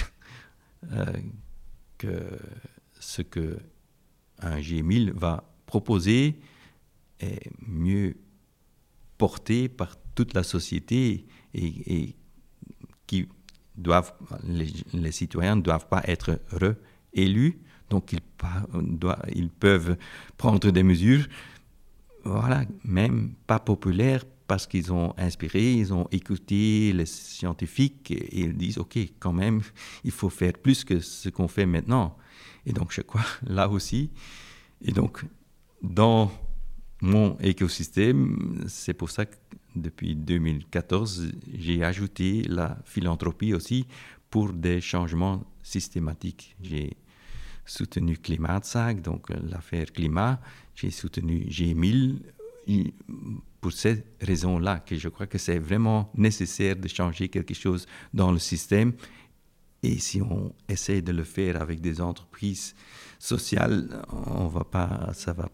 que ce qu'un G1000 va proposer est mieux porté par toute la société et qui doivent, les citoyens ne doivent pas être réélus, donc ils peuvent prendre des mesures, voilà, même pas populaires, parce qu'ils ont inspiré, ils ont écouté les scientifiques et ils disent, OK, quand même, il faut faire plus que ce qu'on fait maintenant. Et donc, je crois, là aussi, et donc, dans mon écosystème, c'est pour ça que depuis 2014, j'ai ajouté la philanthropie aussi pour des changements systématiques. J'ai soutenu Klimaatzaak, donc l'affaire climat, j'ai soutenu G1000, pour ces raisons-là, que je crois que c'est vraiment nécessaire de changer quelque chose dans le système. Et si on essaie de le faire avec des entreprises sociales, ça va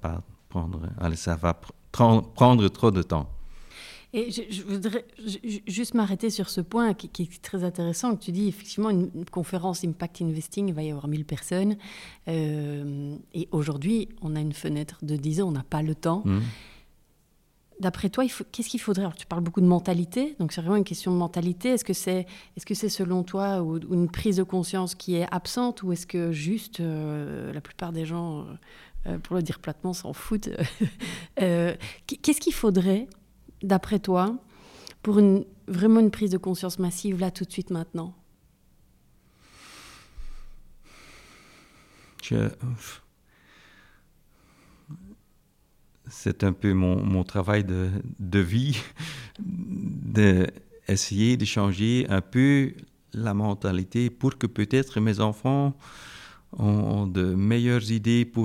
prendre trop de temps. Et je voudrais juste m'arrêter sur ce point qui est très intéressant, que tu dis effectivement une conférence Impact Investing, il va y avoir 1000 personnes. Et aujourd'hui, on a une fenêtre de 10 ans, on n'a pas le temps. D'après toi, qu'est-ce qu'il faudrait? Alors, tu parles beaucoup de mentalité, donc c'est vraiment une question de mentalité. Est-ce que c'est selon toi une prise de conscience qui est absente, ou est-ce que juste la plupart des gens, pour le dire platement, s'en foutent? Qu'est-ce qu'il faudrait, d'après toi, pour vraiment une prise de conscience massive, là, tout de suite, maintenant? c'est un peu mon travail de vie, d'essayer de changer un peu la mentalité pour que peut-être mes enfants ont de meilleures idées pour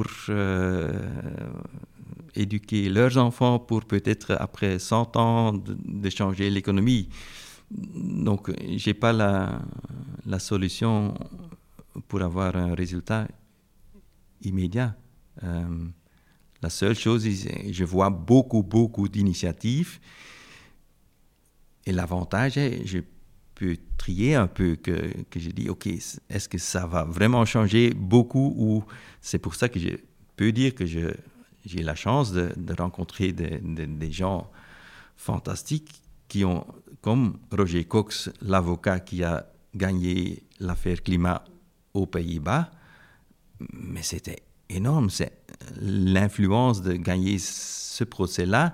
éduquer leurs enfants, pour peut-être après 100 ans de changer l'économie. Donc, je n'ai pas la solution pour avoir un résultat immédiat. La seule chose, je vois beaucoup d'initiatives. Et l'avantage est, je peux trier un peu, que je dis, OK, est-ce que ça va vraiment changer beaucoup, ou c'est pour ça que je peux dire que j'ai la chance de rencontrer des gens fantastiques qui ont, comme Roger Cox, l'avocat qui a gagné l'affaire climat aux Pays-Bas, mais c'était énorme. C'est l'influence de gagner ce procès-là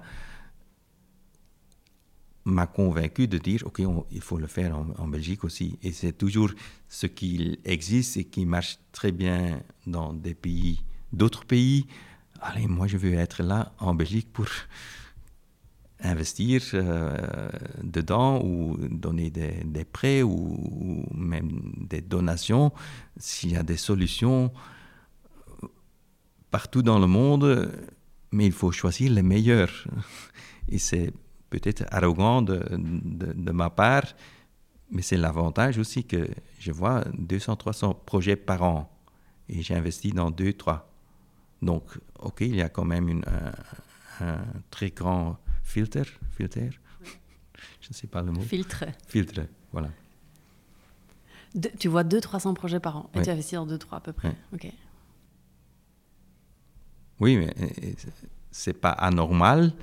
m'a convaincu de dire, OK, il faut le faire en Belgique aussi. Et c'est toujours ce qui existe et qui marche très bien dans d'autres pays. Allez, moi, je veux être là en Belgique pour investir dedans, ou donner des prêts, ou même des donations. S'il y a des solutions partout dans le monde, mais il faut choisir les meilleurs. Et c'est peut-être arrogant de ma part, mais c'est l'avantage aussi que je vois 200-300 projets par an et j'investis dans 2-3. Donc, OK, il y a quand même un très grand filtre. Je ne sais pas le mot. Filtre, voilà. Tu vois 200-300 projets par an et Oui. tu investis dans 2-3 à peu près. Oui. OK. Oui, mais c'est pas anormal.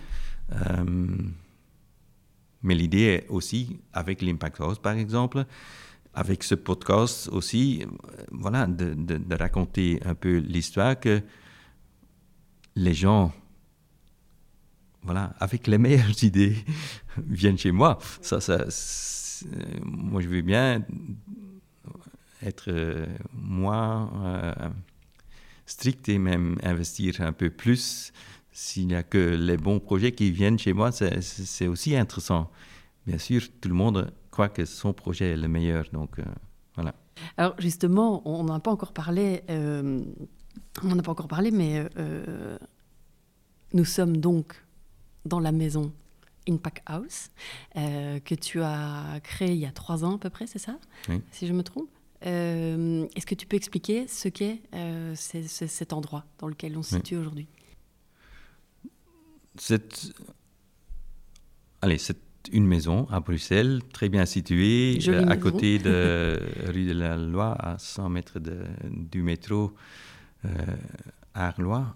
Mais l'idée est aussi, avec l'Impact House par exemple, avec ce podcast aussi, voilà, de raconter un peu l'histoire, que les gens, voilà, avec les meilleures idées, viennent chez moi. Moi, je veux bien être strict et même investir un peu plus. S'il n'y a que les bons projets qui viennent chez moi, c'est aussi intéressant. Bien sûr, tout le monde croit que son projet est le meilleur. Donc, voilà. Alors, justement, on n'en a pas encore parlé, mais nous sommes donc dans la maison Impact House, que tu as créée il y a 3 ans à peu près, c'est ça ? Oui. Si je me trompe. Est-ce que tu peux expliquer ce qu'est cet endroit dans lequel on se situe aujourd'hui ? C'est une maison à Bruxelles, très bien située, à côté de rue de la Loi, à 100 mètres du métro à Arlois,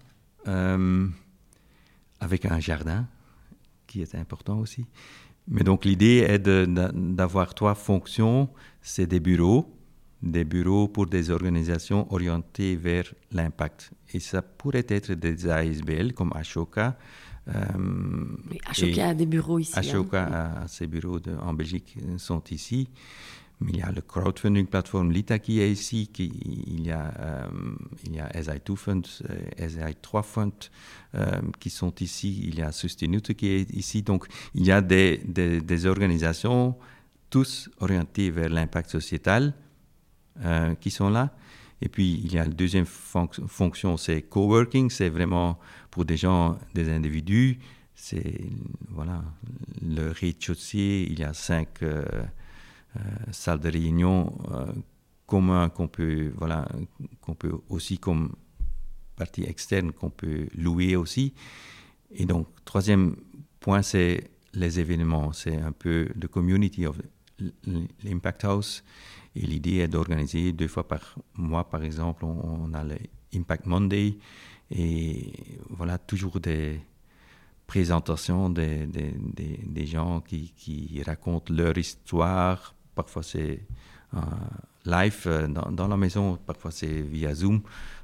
avec un jardin qui est important aussi. Mais donc l'idée est d'avoir 3 fonctions. C'est des bureaux pour des organisations orientées vers l'impact. Et ça pourrait être des ASBL comme Ashoka. Ashoka a des bureaux ici. Ashoka a ses bureaux en Belgique sont ici. Mais il y a le crowdfunding plateforme Lita qui est ici. Il y a SI2 Fund, SI3 Fund qui sont ici. Il y a Sustainute qui est ici. Donc, il y a des organisations, tous orientées vers l'impact sociétal, qui sont là. Et puis, il y a la deuxième fonction, c'est coworking. C'est vraiment pour des gens, des individus. C'est, voilà, le rez-de-chaussée. Il y a 5 salles de réunion communes qu'on peut aussi, comme partie externe, qu'on peut louer aussi. Et donc, troisième point, c'est les événements. C'est un peu the community of l'Impact House. Et l'idée est d'organiser 2 fois par mois, par exemple, on a le Impact Monday. Et voilà, toujours des présentations des gens qui racontent leur histoire. Parfois, c'est live dans la maison, parfois, c'est via Zoom.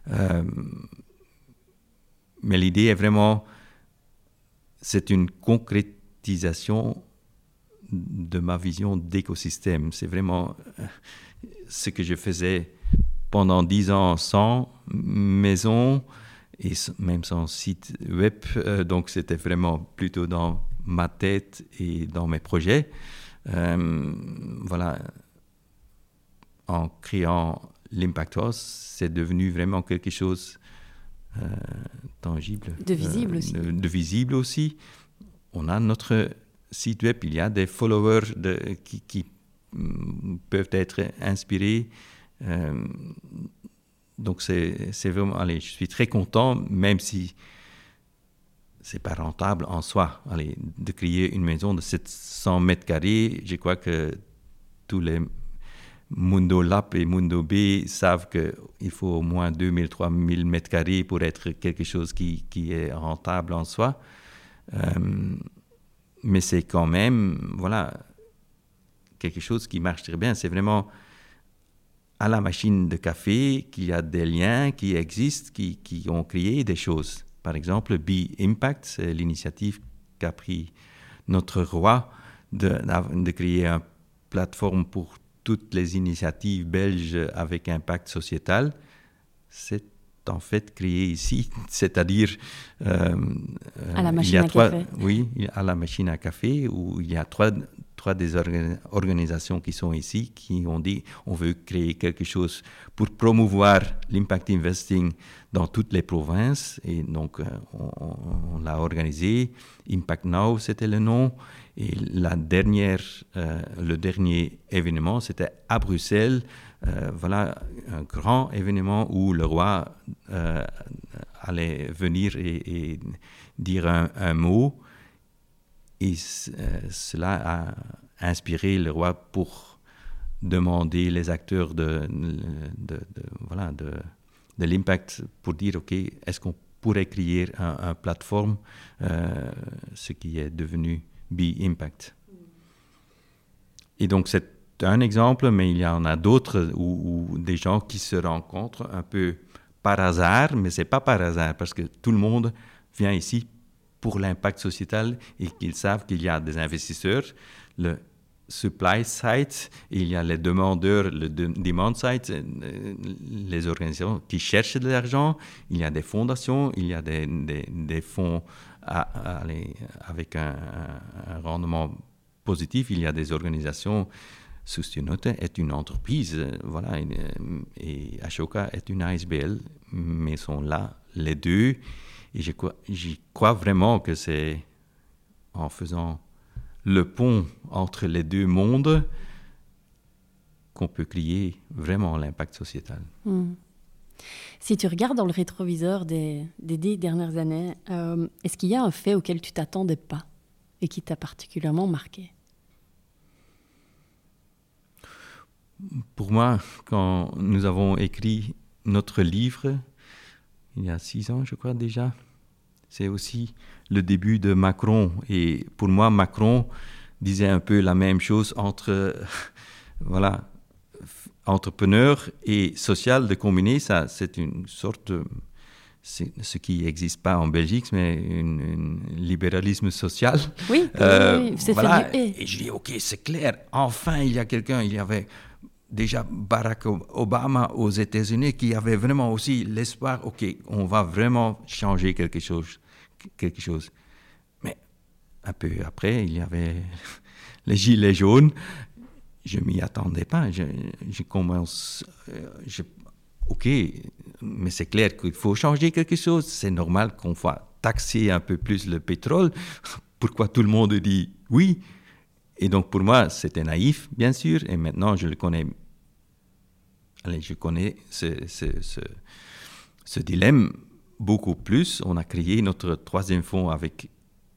Mais l'idée est vraiment, c'est une concrétisation de ma vision d'écosystème. C'est vraiment ce que je faisais pendant 10 ans sans maison et même son site web. Donc, c'était vraiment plutôt dans ma tête et dans mes projets. Voilà, en créant l'Impact House, c'est devenu vraiment quelque chose tangible. De visible aussi. De visible aussi. On a notre site web, il y a des followers qui peuvent être inspirés. Donc, c'est vraiment... Allez, je suis très content, même si c'est pas rentable en soi. Allez, de créer une maison de 700 mètres carrés, je crois que tous les Mundo Lab et Mundo B savent qu'il faut au moins 2000, 3000 mètres carrés pour être quelque chose qui est rentable en soi. Mais c'est quand même, voilà, quelque chose qui marche très bien. C'est vraiment à la machine de café qu'il y a des liens qui existent, qui ont créé des choses. Par exemple, Be Impact, c'est l'initiative qu'a pris notre roi de créer une plateforme pour toutes les initiatives belges avec impact sociétal. C'est en fait créé ici, c'est-à-dire à la machine à café. Oui, à la machine à café, où il y a trois des organisations qui sont ici, qui ont dit on veut créer quelque chose pour promouvoir l'impact investing dans toutes les provinces. Et donc, on l'a organisé. Impact Now, c'était le nom. Et le dernier événement, c'était à Bruxelles. Voilà, un grand événement où le roi allait venir et dire un mot. Et cela a inspiré le roi pour demander les acteurs de l'impact pour dire, OK, est-ce qu'on pourrait créer une plateforme, ce qui est devenu Be Impact. Et donc, c'est un exemple, mais il y en a d'autres où des gens qui se rencontrent un peu par hasard, mais ce n'est pas par hasard, parce que tout le monde vient ici pour l'impact sociétal et qu'ils savent qu'il y a des investisseurs, le supply side, il y a les demandeurs, le demand side, les organisations qui cherchent de l'argent, il y a des fondations, il y a des fonds avec un rendement positif, il y a des organisations. Sustainota est une entreprise, voilà, et Ashoka est une ASBL, mais sont là les deux. Et j'y crois vraiment que c'est en faisant le pont entre les deux mondes qu'on peut créer vraiment l'impact sociétal. Si tu regardes dans le rétroviseur des 10 dernières années, est-ce qu'il y a un fait auquel tu ne t'attendais pas et qui t'a particulièrement marqué? Pour moi, quand nous avons écrit notre livre, il y a 6 ans, je crois déjà, c'est aussi le début de Macron. Et pour moi, Macron disait un peu la même chose entre, voilà, entrepreneur et social de combiner. Ça, c'est une sorte de... C'est ce qui n'existe pas en Belgique, mais un libéralisme social. Oui, oui, c'est voilà. fait du... Et je dis, OK, c'est clair. Enfin, il y a quelqu'un, il y avait... Déjà Barack Obama aux États-Unis qui avait vraiment aussi l'espoir, OK, on va vraiment changer quelque chose. Mais un peu après, il y avait les gilets jaunes. Je ne m'y attendais pas. Je commence... OK, mais c'est clair qu'il faut changer quelque chose. C'est normal qu'on va taxer un peu plus le pétrole. Pourquoi tout le monde dit oui? Et donc, pour moi, c'était naïf, bien sûr, et maintenant, je le connais. Allez, je connais ce dilemme beaucoup plus. On a créé notre troisième fonds avec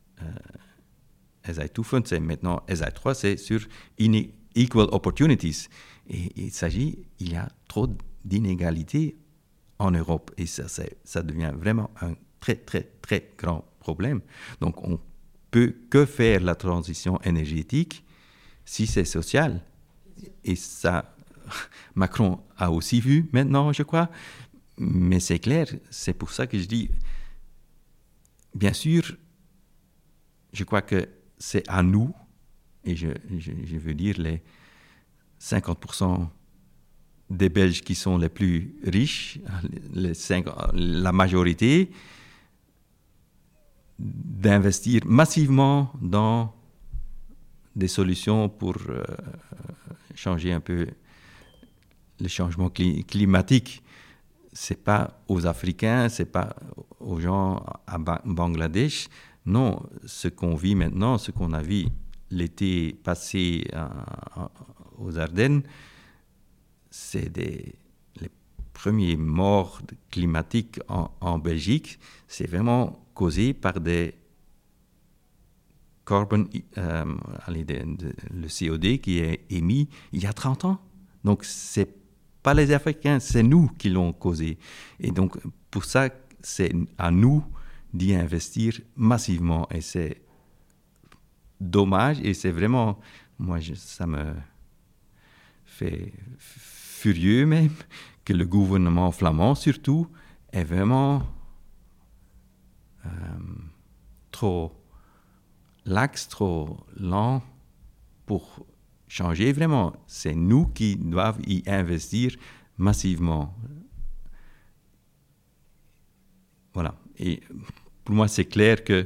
SI2 Fund, c'est maintenant SI3, c'est sur Equal Opportunities. Et il y a trop d'inégalités en Europe, et ça devient vraiment un très, très, très grand problème. Donc, on peut que faire la transition énergétique si c'est social. Et ça, Macron a aussi vu maintenant, je crois. Mais c'est clair, c'est pour ça que je dis, bien sûr, je crois que c'est à nous, et je veux dire les 50% des Belges qui sont les plus riches, la majorité, d'investir massivement dans des solutions pour changer un peu le changement climatique. Ce n'est pas aux Africains, ce n'est pas aux gens à Bangladesh. Non, ce qu'on vit maintenant, ce qu'on a vu l'été passé aux Ardennes, c'est les premiers morts climatiques en Belgique. C'est vraiment causé par des le CO2 qui est émis il y a 30 ans. Donc, ce n'est pas les Africains, c'est nous qui l'ont causé. Et donc, pour ça, c'est à nous d'y investir massivement. Et c'est dommage, et c'est vraiment... Moi, ça me fait furieux même, que le gouvernement flamand, surtout, est vraiment trop lax, trop lent pour changer. Vraiment, c'est nous qui devons y investir massivement. Voilà. Et pour moi, c'est clair que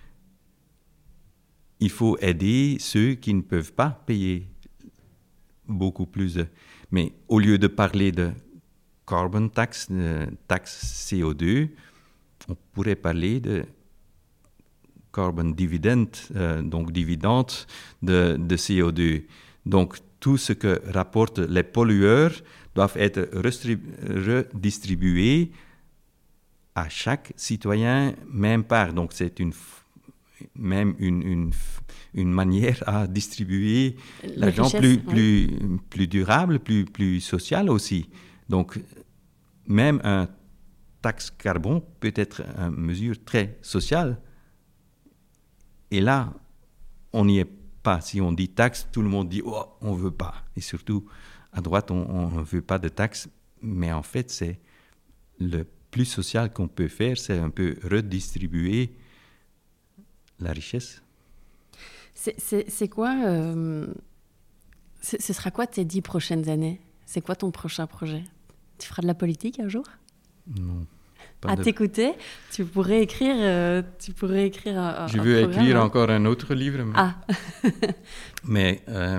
il faut aider ceux qui ne peuvent pas payer beaucoup plus. Mais au lieu de parler de carbon tax, taxe CO2, on pourrait parler de carbon dividend, donc dividende de CO2. Donc, tout ce que rapportent les pollueurs doivent être redistribués à chaque citoyen, même part. Donc, c'est une manière à distribuer l'argent plus durable, plus social aussi. Donc, même un taxe carbone peut être une mesure très sociale. Et là, on n'y est pas. Si on dit taxe, tout le monde dit « oh, on ne veut pas ». Et surtout, à droite, on ne veut pas de taxe. Mais en fait, c'est le plus social qu'on peut faire, c'est un peu redistribuer la richesse. C'est quoi ce sera quoi tes 10 prochaines années? C'est quoi ton prochain projet? Tu feras de la politique un jour? Non. À t'écouter, tu pourrais écrire un Je veux écrire encore un autre livre. Mais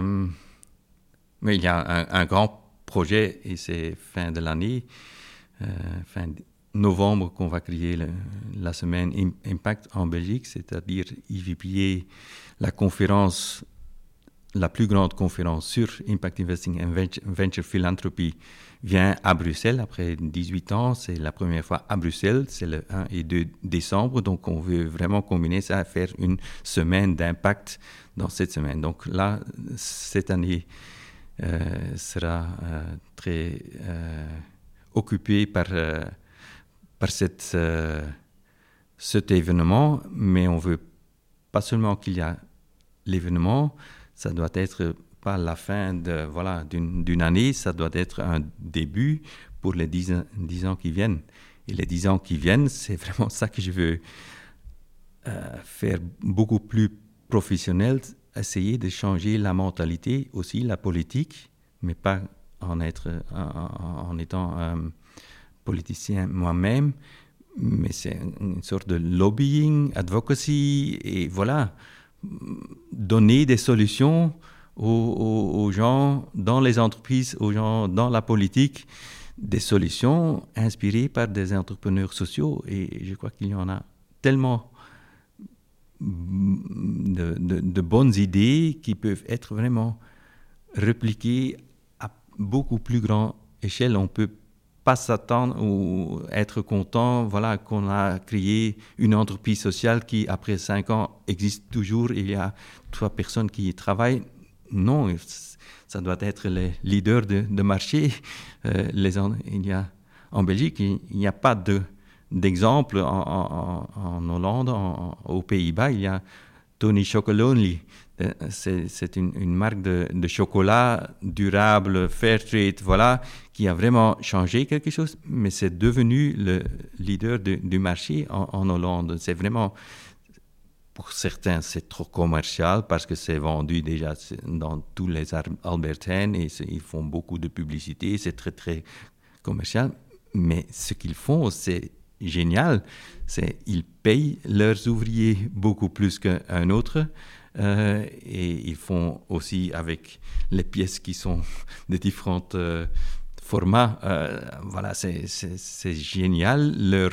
il y a un grand projet, et c'est fin de l'année, fin novembre, qu'on va créer la semaine Impact en Belgique, c'est-à-dire y publier la conférence, la plus grande conférence sur Impact Investing and Venture Philanthropy vient à Bruxelles après 18 ans. C'est la première fois à Bruxelles, c'est le 1 et 2 décembre. Donc, on veut vraiment combiner ça, faire une semaine d'impact dans cette semaine. Donc là, cette année sera très occupée par cet événement. Mais on veut pas seulement qu'il y a l'événement, ça doit être pas la fin d'une année, ça doit être un début pour les 10 ans qui viennent. Et les 10 ans qui viennent, c'est vraiment ça que je veux faire beaucoup plus professionnel, essayer de changer la mentalité, aussi la politique, mais pas en étant politicien moi-même, mais c'est une sorte de lobbying, advocacy, et voilà, donner des solutions aux gens dans les entreprises, aux gens dans la politique, des solutions inspirées par des entrepreneurs sociaux. Et je crois qu'il y en a tellement de bonnes idées qui peuvent être vraiment répliquées à beaucoup plus grande échelle. On ne peut pas s'attendre ou être content qu'on a créé une entreprise sociale qui, après 5 ans, existe toujours et il y a 3 personnes qui y travaillent. Non, ça doit être les leaders de marché. En Belgique, il n'y a pas d'exemple. En Hollande, aux Pays-Bas, il y a Tony Chocolonely. C'est une marque de chocolat durable, fair trade, qui a vraiment changé quelque chose, mais c'est devenu le leader du marché en Hollande. C'est vraiment pour certains, c'est trop commercial parce que c'est vendu déjà dans tous les Albertines et ils font beaucoup de publicité, c'est très, très commercial. Mais ce qu'ils font, c'est génial. Ils payent leurs ouvriers beaucoup plus qu'un autre. Et ils font aussi avec les pièces qui sont de différents formats. Voilà, c'est génial. Leur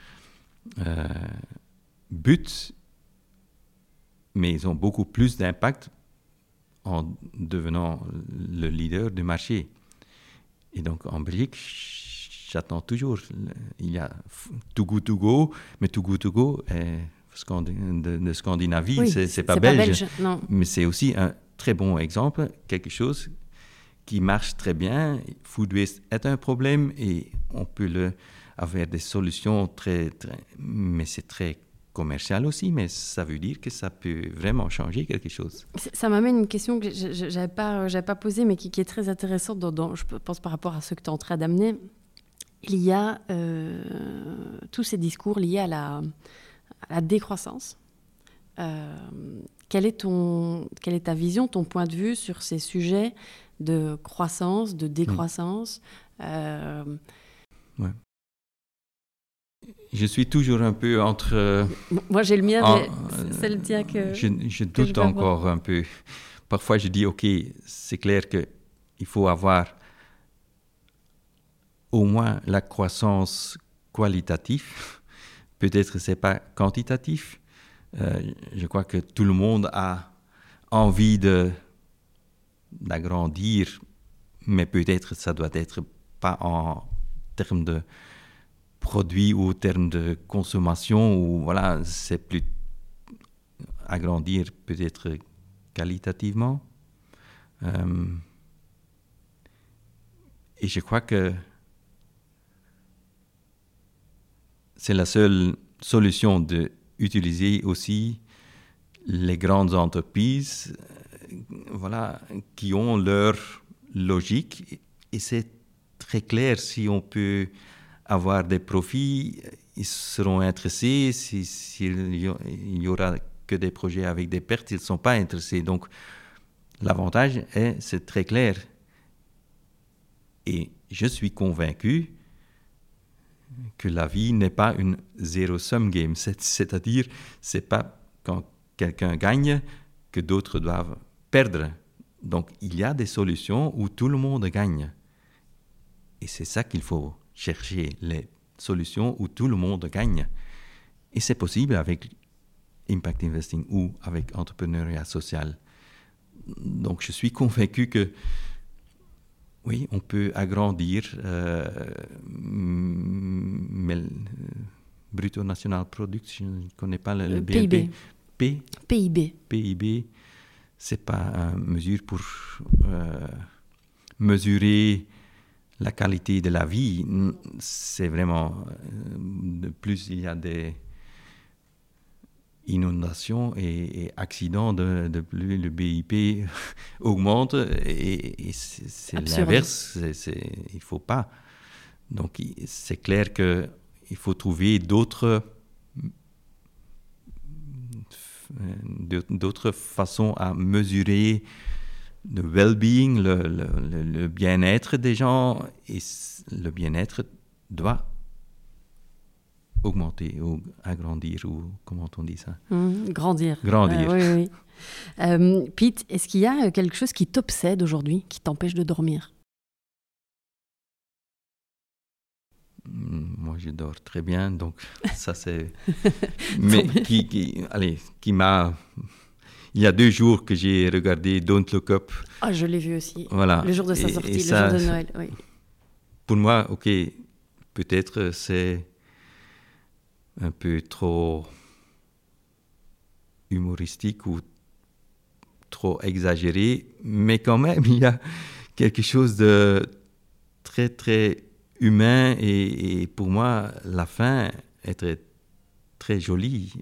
but, mais ils ont beaucoup plus d'impact en devenant le leader du marché. Et donc en Belgique, j'attends toujours. Il y a Too Good To Go, mais Too Good To Go de Scandinavie, oui, c'est pas belge. Non. Mais c'est aussi un très bon exemple, quelque chose qui marche très bien. Food waste est un problème et on peut avoir des solutions mais c'est très commercial aussi, mais ça veut dire que ça peut vraiment changer quelque chose. Ça m'amène une question que je n'avais pas posée, mais qui est très intéressante, je pense, par rapport à ce que tu es en train d'amener. Il y a tous ces discours liés à la décroissance. Quelle est ta vision, ton point de vue sur ces sujets de croissance, de décroissance? Ouais. Je suis toujours un peu entre... Moi, j'ai le mien, mais c'est le tien que... Je doute encore un peu. Parfois, je dis, OK, c'est clair qu'il faut avoir au moins la croissance qualitative. Peut-être ce n'est pas quantitatif. Je crois que tout le monde a envie d'agrandir, mais peut-être ça doit être pas en termes de produits ou en termes de consommation, ou voilà, c'est plus agrandir peut-être qualitativement. Et je crois que c'est la seule solution d'utiliser aussi les grandes entreprises voilà, qui ont leur logique. Et c'est très clair, si on peut avoir des profits, ils seront intéressés. S'il n'y aura que des projets avec des pertes, ils ne sont pas intéressés. Donc, l'avantage c'est très clair. Et je suis convaincu que la vie n'est pas une zero-sum game. C'est-à-dire, ce n'est pas quand quelqu'un gagne que d'autres doivent perdre. Donc, il y a des solutions où tout le monde gagne. Et c'est ça qu'il faut chercher, les solutions où tout le monde gagne. Et c'est possible avec Impact Investing ou avec entrepreneuriat social. Donc, je suis convaincu que oui, on peut agrandir, mais le Brutto National Product, je ne connais pas le BNP. PIB, ce n'est pas une mesure pour mesurer la qualité de la vie. C'est vraiment, de plus il y a des inondations et accidents, de plus le BIP augmente et c'est absurde. L'inverse, il ne faut pas. Donc c'est clair qu'il faut trouver d'autres façons à mesurer le well-being, le bien-être des gens, et le bien-être doit augmenter ou agrandir, ou comment on dit ça? Grandir. Oui. Pete, est-ce qu'il y a quelque chose qui t'obsède aujourd'hui, qui t'empêche de dormir? Moi, je dors très bien, donc ça c'est... Mais qui m'a... Il y a 2 jours que j'ai regardé Don't Look Up. Ah, je l'ai vu aussi. Voilà. Le jour de sa sortie, le jour de Noël, oui. Pour moi, OK, peut-être c'est un peu trop humoristique ou trop exagéré, mais quand même, il y a quelque chose de très, très humain et pour moi, la fin est très, très jolie.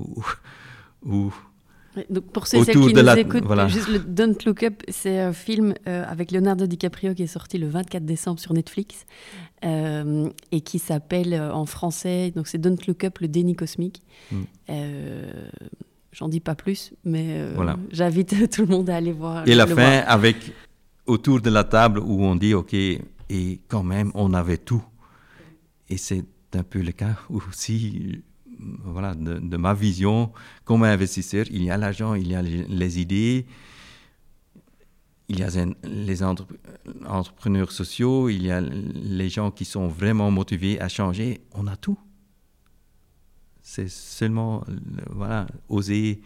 Donc pour ceux et celles qui nous écoutent, voilà. Juste le Don't Look Up, c'est un film avec Leonardo DiCaprio qui est sorti le 24 décembre sur Netflix et qui s'appelle en français, donc c'est Don't Look Up, le déni cosmique. J'en dis pas plus, mais Voilà. j'invite tout le monde à aller voir. Et la le fin voir. avec autour de la table où on dit OK, et quand même on avait tout. Et c'est un peu le cas aussi, voilà, de ma vision comme investisseur. Il y a l'argent, il y a les idées, il y a les entrepreneurs sociaux, il y a les gens qui sont vraiment motivés à changer. On a tout. C'est seulement, voilà, oser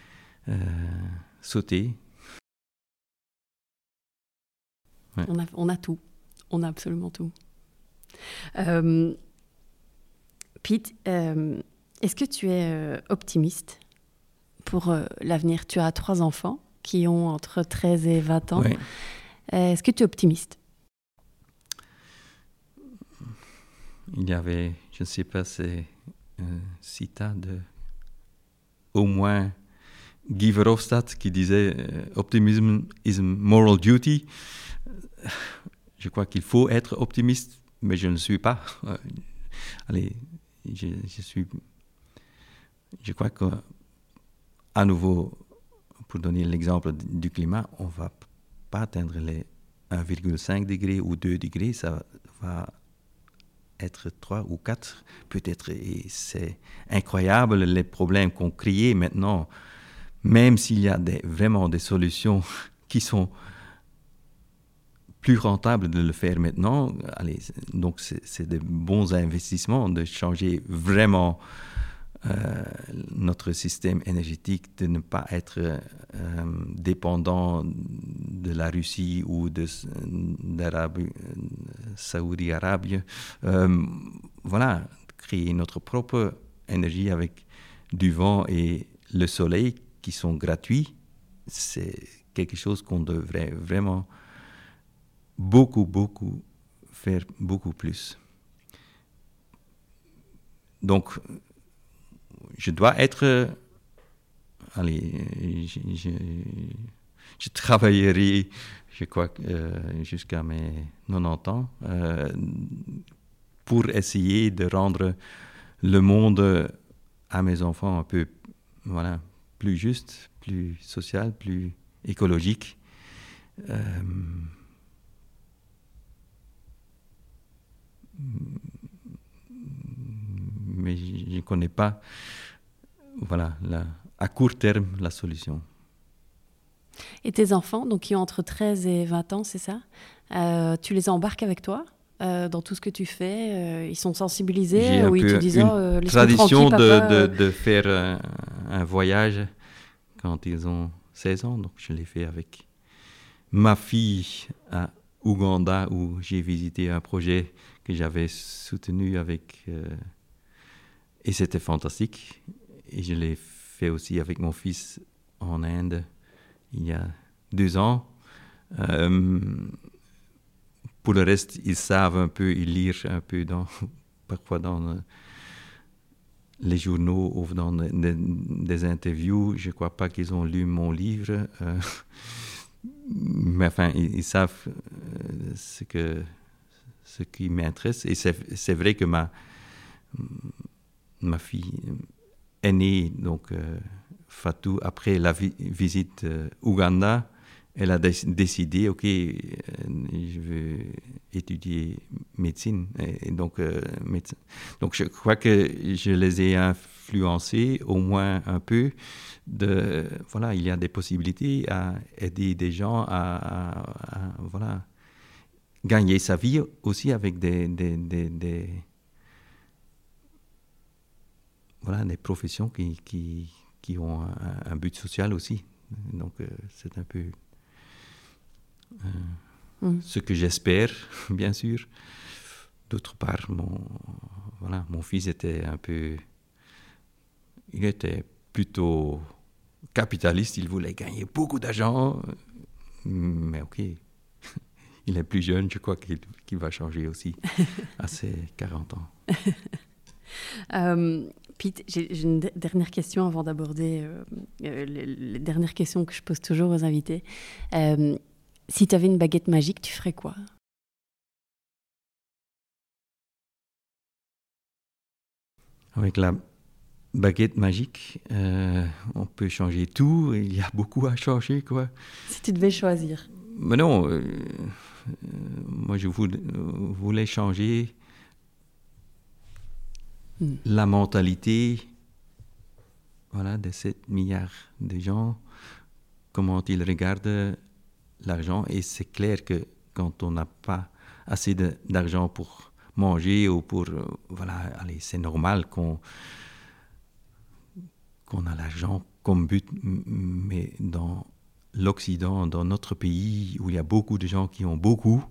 sauter. Ouais. On a tout. On a absolument tout. Pete, est-ce que tu es optimiste pour l'avenir? Tu as 3 enfants qui ont entre 13 et 20 ans. Ouais. Est-ce que tu es optimiste? Il y avait, je ne sais pas, c'est un citat de au moins Guy Verhofstadt qui disait Optimism is a moral duty. Je crois qu'il faut être optimiste, mais je ne suis pas. Allez, je crois qu'à nouveau, pour donner l'exemple du climat, on ne va pas atteindre les 1,5 degrés ou 2 degrés, ça va être 3 ou 4 peut-être. Et c'est incroyable les problèmes qu'on crée maintenant, même s'il y a vraiment des solutions qui sont plus rentable de le faire maintenant. Allez, donc, c'est des bons investissements de changer vraiment notre système énergétique, de ne pas être dépendant de la Russie ou Saoudi Arabie. Voilà, créer notre propre énergie avec du vent et le soleil qui sont gratuits. C'est quelque chose qu'on devrait vraiment faire beaucoup plus. Donc, je dois être... allez, je travaillerai, je crois, jusqu'à mes 90 ans pour essayer de rendre le monde à mes enfants un peu, voilà, plus juste, plus social, plus écologique. Mais je ne connais pas, voilà, à court terme, la solution. Et tes enfants, donc qui ont entre 13 et 20 ans, c'est ça? Tu les embarques avec toi dans tout ce que tu fais? Ils sont sensibilisés? J'ai un Ou ils te peu disent une laisse-nous tradition tranquille, papa, de faire un voyage quand ils ont 16 ans. Donc, je l'ai fait avec ma fille à Ouganda, où j'ai visité un projet que j'avais soutenu avec... et c'était fantastique. Et je l'ai fait aussi avec mon fils en Inde il y a 2 ans. Pour le reste, ils savent un peu, ils lisent un peu parfois dans les journaux ou dans des interviews. Je ne crois pas qu'ils ont lu mon livre. Mais enfin, ils savent ce qui m'intéresse. Et c'est vrai que ma fille aînée, donc Fatou, après la visite Ouganda, elle a décidé, OK, je veux étudier médecine. Et donc, donc, je crois que je les ai influencés au moins un peu. Voilà, il y a des possibilités à aider des gens à voilà, gagner sa vie aussi avec voilà, des professions qui ont un but social aussi. Donc, c'est un peu ce que j'espère, bien sûr. D'autre part, mon fils était il était plutôt capitaliste, il voulait gagner beaucoup d'argent, mais OK, il est plus jeune, je crois qu'il va changer aussi à ses 40 ans. Pete, j'ai une dernière question avant d'aborder les dernières questions que je pose toujours aux invités. Si tu avais une baguette magique, tu ferais quoi? Avec la baguette magique, on peut changer tout, il y a beaucoup à changer, quoi. Si tu devais choisir. Mais non, moi je voulais changer la mentalité, voilà, de 7 milliards de gens, comment ils regardent l'argent. Et c'est clair que quand on n'a pas assez d'argent pour manger ou pour... voilà, allez, c'est normal qu'on a l'argent comme but, mais dans l'Occident, dans notre pays, où il y a beaucoup de gens qui ont beaucoup,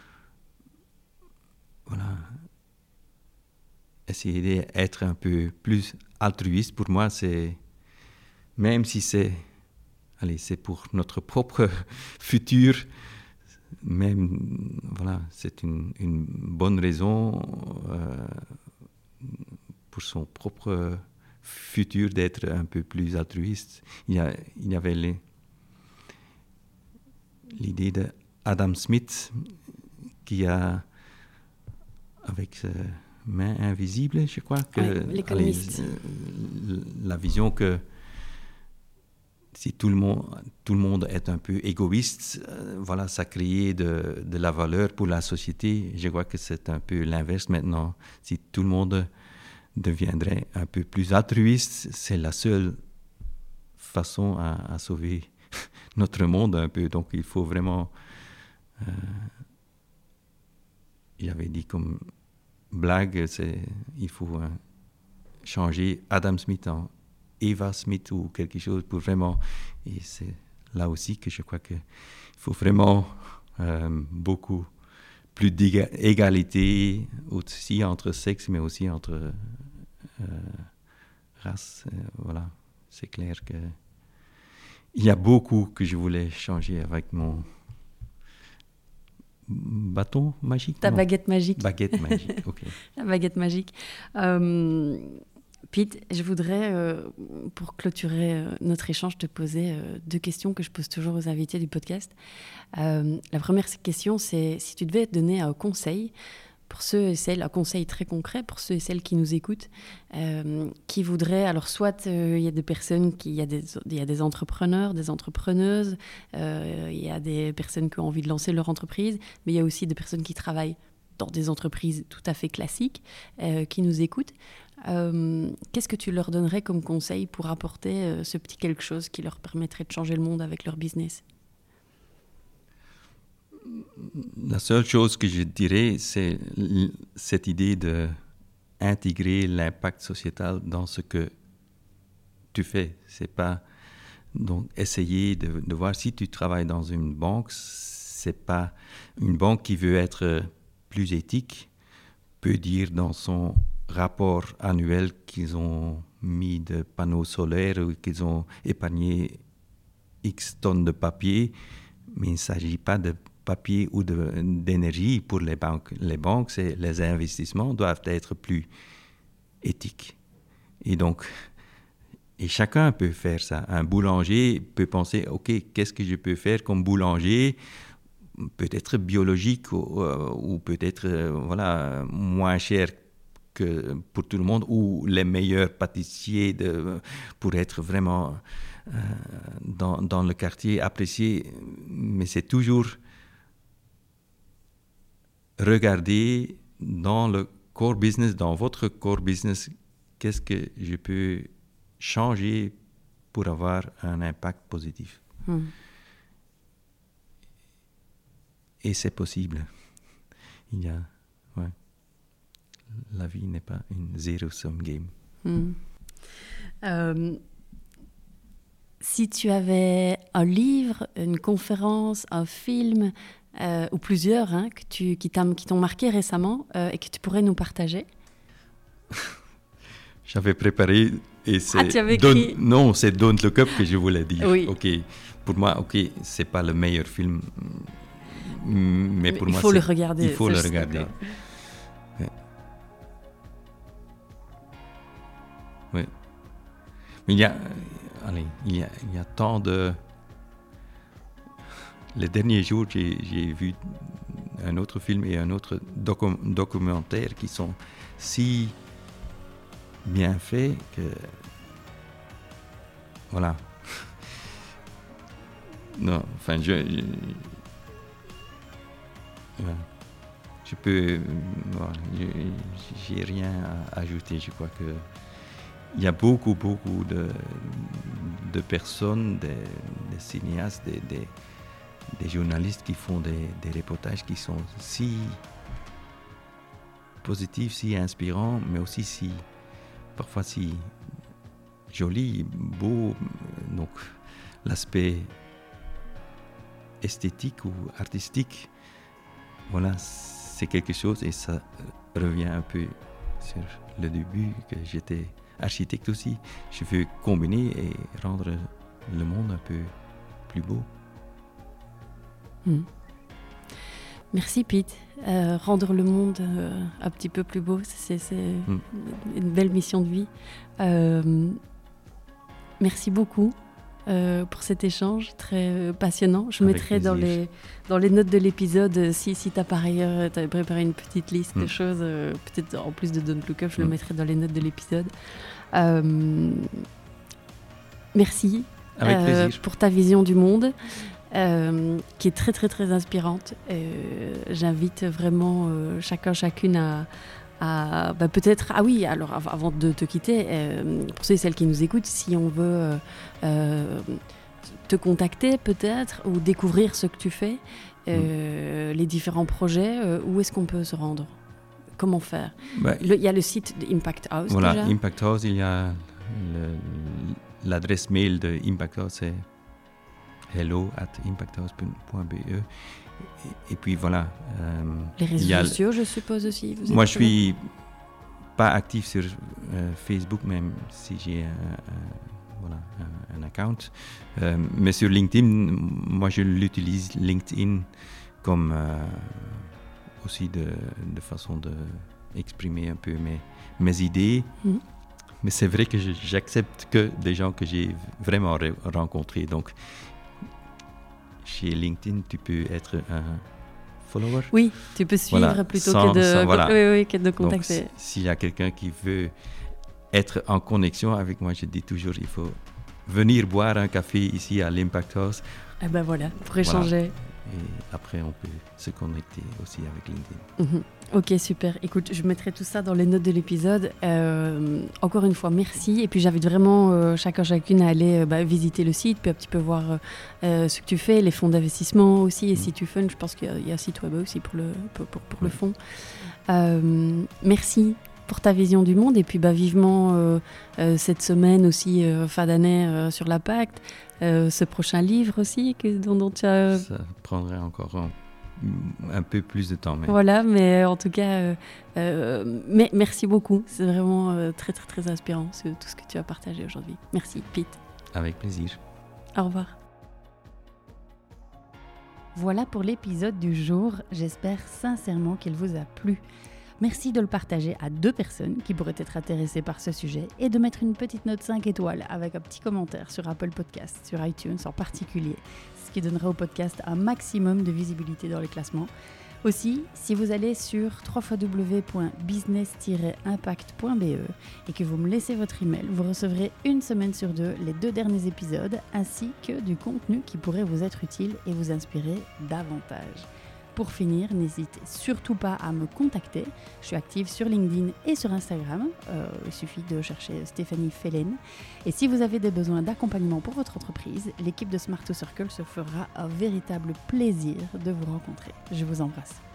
voilà, essayer d'être un peu plus altruiste, pour moi, c'est... Même si c'est pour notre propre futur, même, voilà, c'est une bonne raison pour son propre futur d'être un peu plus altruiste. Il y avait l'idée d'Adam Smith qui a, avec main invisible, je crois, que l'économiste. La vision que si tout le monde est un peu égoïste, voilà, ça crée de la valeur pour la société. Je crois que c'est un peu l'inverse maintenant. Si tout le monde deviendrait un peu plus altruiste, c'est la seule façon à sauver notre monde un peu. Donc il faut vraiment... j'avais dit comme blague, il faut changer Adam Smith en Eva Smith ou quelque chose pour vraiment... Et c'est là aussi que je crois qu'il faut vraiment beaucoup plus d'égalité aussi entre sexes, mais aussi entre races. Voilà, c'est clair que il y a beaucoup que je voulais changer avec mon bâton magique. Ta baguette magique. Baguette magique, ok. La baguette magique. Pete, je voudrais, pour clôturer notre échange, te poser 2 questions que je pose toujours aux invités du podcast. La première question, c'est si tu devais donner un conseil pour ceux et celles, un conseil très concret pour ceux et celles qui nous écoutent, qui voudraient, alors soit il y a des personnes, il y a des entrepreneurs, des entrepreneuses, il y a des personnes qui ont envie de lancer leur entreprise, mais il y a aussi des personnes qui travaillent dans des entreprises tout à fait classiques, qui nous écoutent. Qu'est-ce que tu leur donnerais comme conseil pour apporter ce petit quelque chose qui leur permettrait de changer le monde avec leur business ? La seule chose que je dirais, c'est cette idée d'intégrer l'impact sociétal dans ce que tu fais. C'est pas donc essayer de voir si tu travailles dans une banque, c'est pas une banque qui veut être plus éthique, peut dire dans son rapport annuel qu'ils ont mis de panneaux solaires ou qu'ils ont épargné X tonnes de papier, mais il ne s'agit pas de papier ou d'énergie pour les banques. Les banques, les investissements doivent être plus éthiques. Et donc, chacun peut faire ça. Un boulanger peut penser, OK, qu'est-ce que je peux faire comme boulanger ? Peut-être biologique ou peut-être voilà, moins cher que pour tout le monde, ou les meilleurs pâtissiers pour être vraiment dans le quartier apprécié. Mais c'est toujours regarder dans le core business, dans votre core business, qu'est-ce que je peux changer pour avoir un impact positif. Et c'est possible. La vie n'est pas une zero-sum game. Si tu avais un livre, une conférence, un film, ou plusieurs qui t'ont marqué récemment et que tu pourrais nous partager. J'avais préparé et c'est tu avais écrit... Non, c'est Don't Look Up que je voulais dire. Oui. OK. Pour moi, c'est pas le meilleur film, mais pour il moi, faut le regarder. Il faut le regarder. Oui. Mais il y a tant de... Les derniers jours, j'ai vu un autre film et un autre documentaire qui sont si bien fait que... Voilà. Non, enfin, je peux... Voilà, j'ai rien à ajouter. Je crois que il y a beaucoup de personnes, des cinéastes, des journalistes qui font des reportages qui sont si positifs, si inspirants, mais aussi parfois si jolis, beaux. Donc l'aspect esthétique ou artistique, voilà, c'est quelque chose, et ça revient un peu sur le début que j'étais architecte aussi. Je veux combiner et rendre le monde un peu plus beau. Merci Pete. Rendre le monde un petit peu plus beau, c'est une belle mission de vie. Merci beaucoup pour cet échange très passionnant. Je mettrai dans les notes de l'épisode, si tu as par ailleurs préparé une petite liste de choses, peut-être en plus de Don't Look Up, je le mettrai dans les notes de l'épisode. Merci pour ta vision du monde. Qui est très très très inspirante. J'invite vraiment chacune à peut-être... Ah oui, alors avant de te quitter, pour ceux et celles qui nous écoutent, si on veut te contacter peut-être ou découvrir ce que tu fais, les différents projets, où est-ce qu'on peut se rendre? Comment faire? Il y a le site d'Impact House. Voilà, déjà. Impact House, il y a l'adresse mail de Impact House, c'est hello@impacthouse.be. Et puis voilà. Les réseaux sociaux, je suppose aussi. Moi, je suis pas actif sur Facebook, même si j'ai un account. Mais sur LinkedIn, moi, je l'utilise LinkedIn comme aussi de façon d'exprimer un peu mes idées. Mais c'est vrai que j'accepte que des gens que j'ai vraiment rencontrés. Donc, chez LinkedIn, tu peux être un follower. Oui, tu peux suivre plutôt que de contacter. Donc, s'il y a quelqu'un qui veut être en connexion avec moi, je dis toujours, il faut venir boire un café ici à l'Impact House. Et ben voilà, pour échanger. Et après, on peut se connecter aussi avec LinkedIn. Ok, super. Écoute, je mettrai tout ça dans les notes de l'épisode. Encore une fois, merci. Et puis, j'invite vraiment chacune à aller visiter le site, puis un petit peu voir ce que tu fais, les fonds d'investissement aussi, et Situfund. Je pense qu'il y a un site web aussi pour le fonds. Merci pour ta vision du monde. Et puis, vivement cette semaine aussi, fin d'année sur la Pacte. Ce prochain livre aussi dont tu as... Ça prendrait encore un peu plus de temps. Mais... Voilà, mais en tout cas, merci beaucoup. C'est vraiment très, très, très inspirant, tout ce que tu as partagé aujourd'hui. Merci, Pete. Avec plaisir. Au revoir. Voilà pour l'épisode du jour. J'espère sincèrement qu'il vous a plu. Merci de le partager à 2 personnes qui pourraient être intéressées par ce sujet et de mettre une petite note 5 étoiles avec un petit commentaire sur Apple Podcasts, sur iTunes en particulier, ce qui donnera au podcast un maximum de visibilité dans les classements. Aussi, si vous allez sur www.business-impact.be et que vous me laissez votre email, vous recevrez une semaine sur 2 les 2 derniers épisodes ainsi que du contenu qui pourrait vous être utile et vous inspirer davantage. Pour finir, n'hésitez surtout pas à me contacter. Je suis active sur LinkedIn et sur Instagram. Il suffit de chercher Stéphanie Fellen. Et si vous avez des besoins d'accompagnement pour votre entreprise, l'équipe de Smart2Circle se fera un véritable plaisir de vous rencontrer. Je vous embrasse.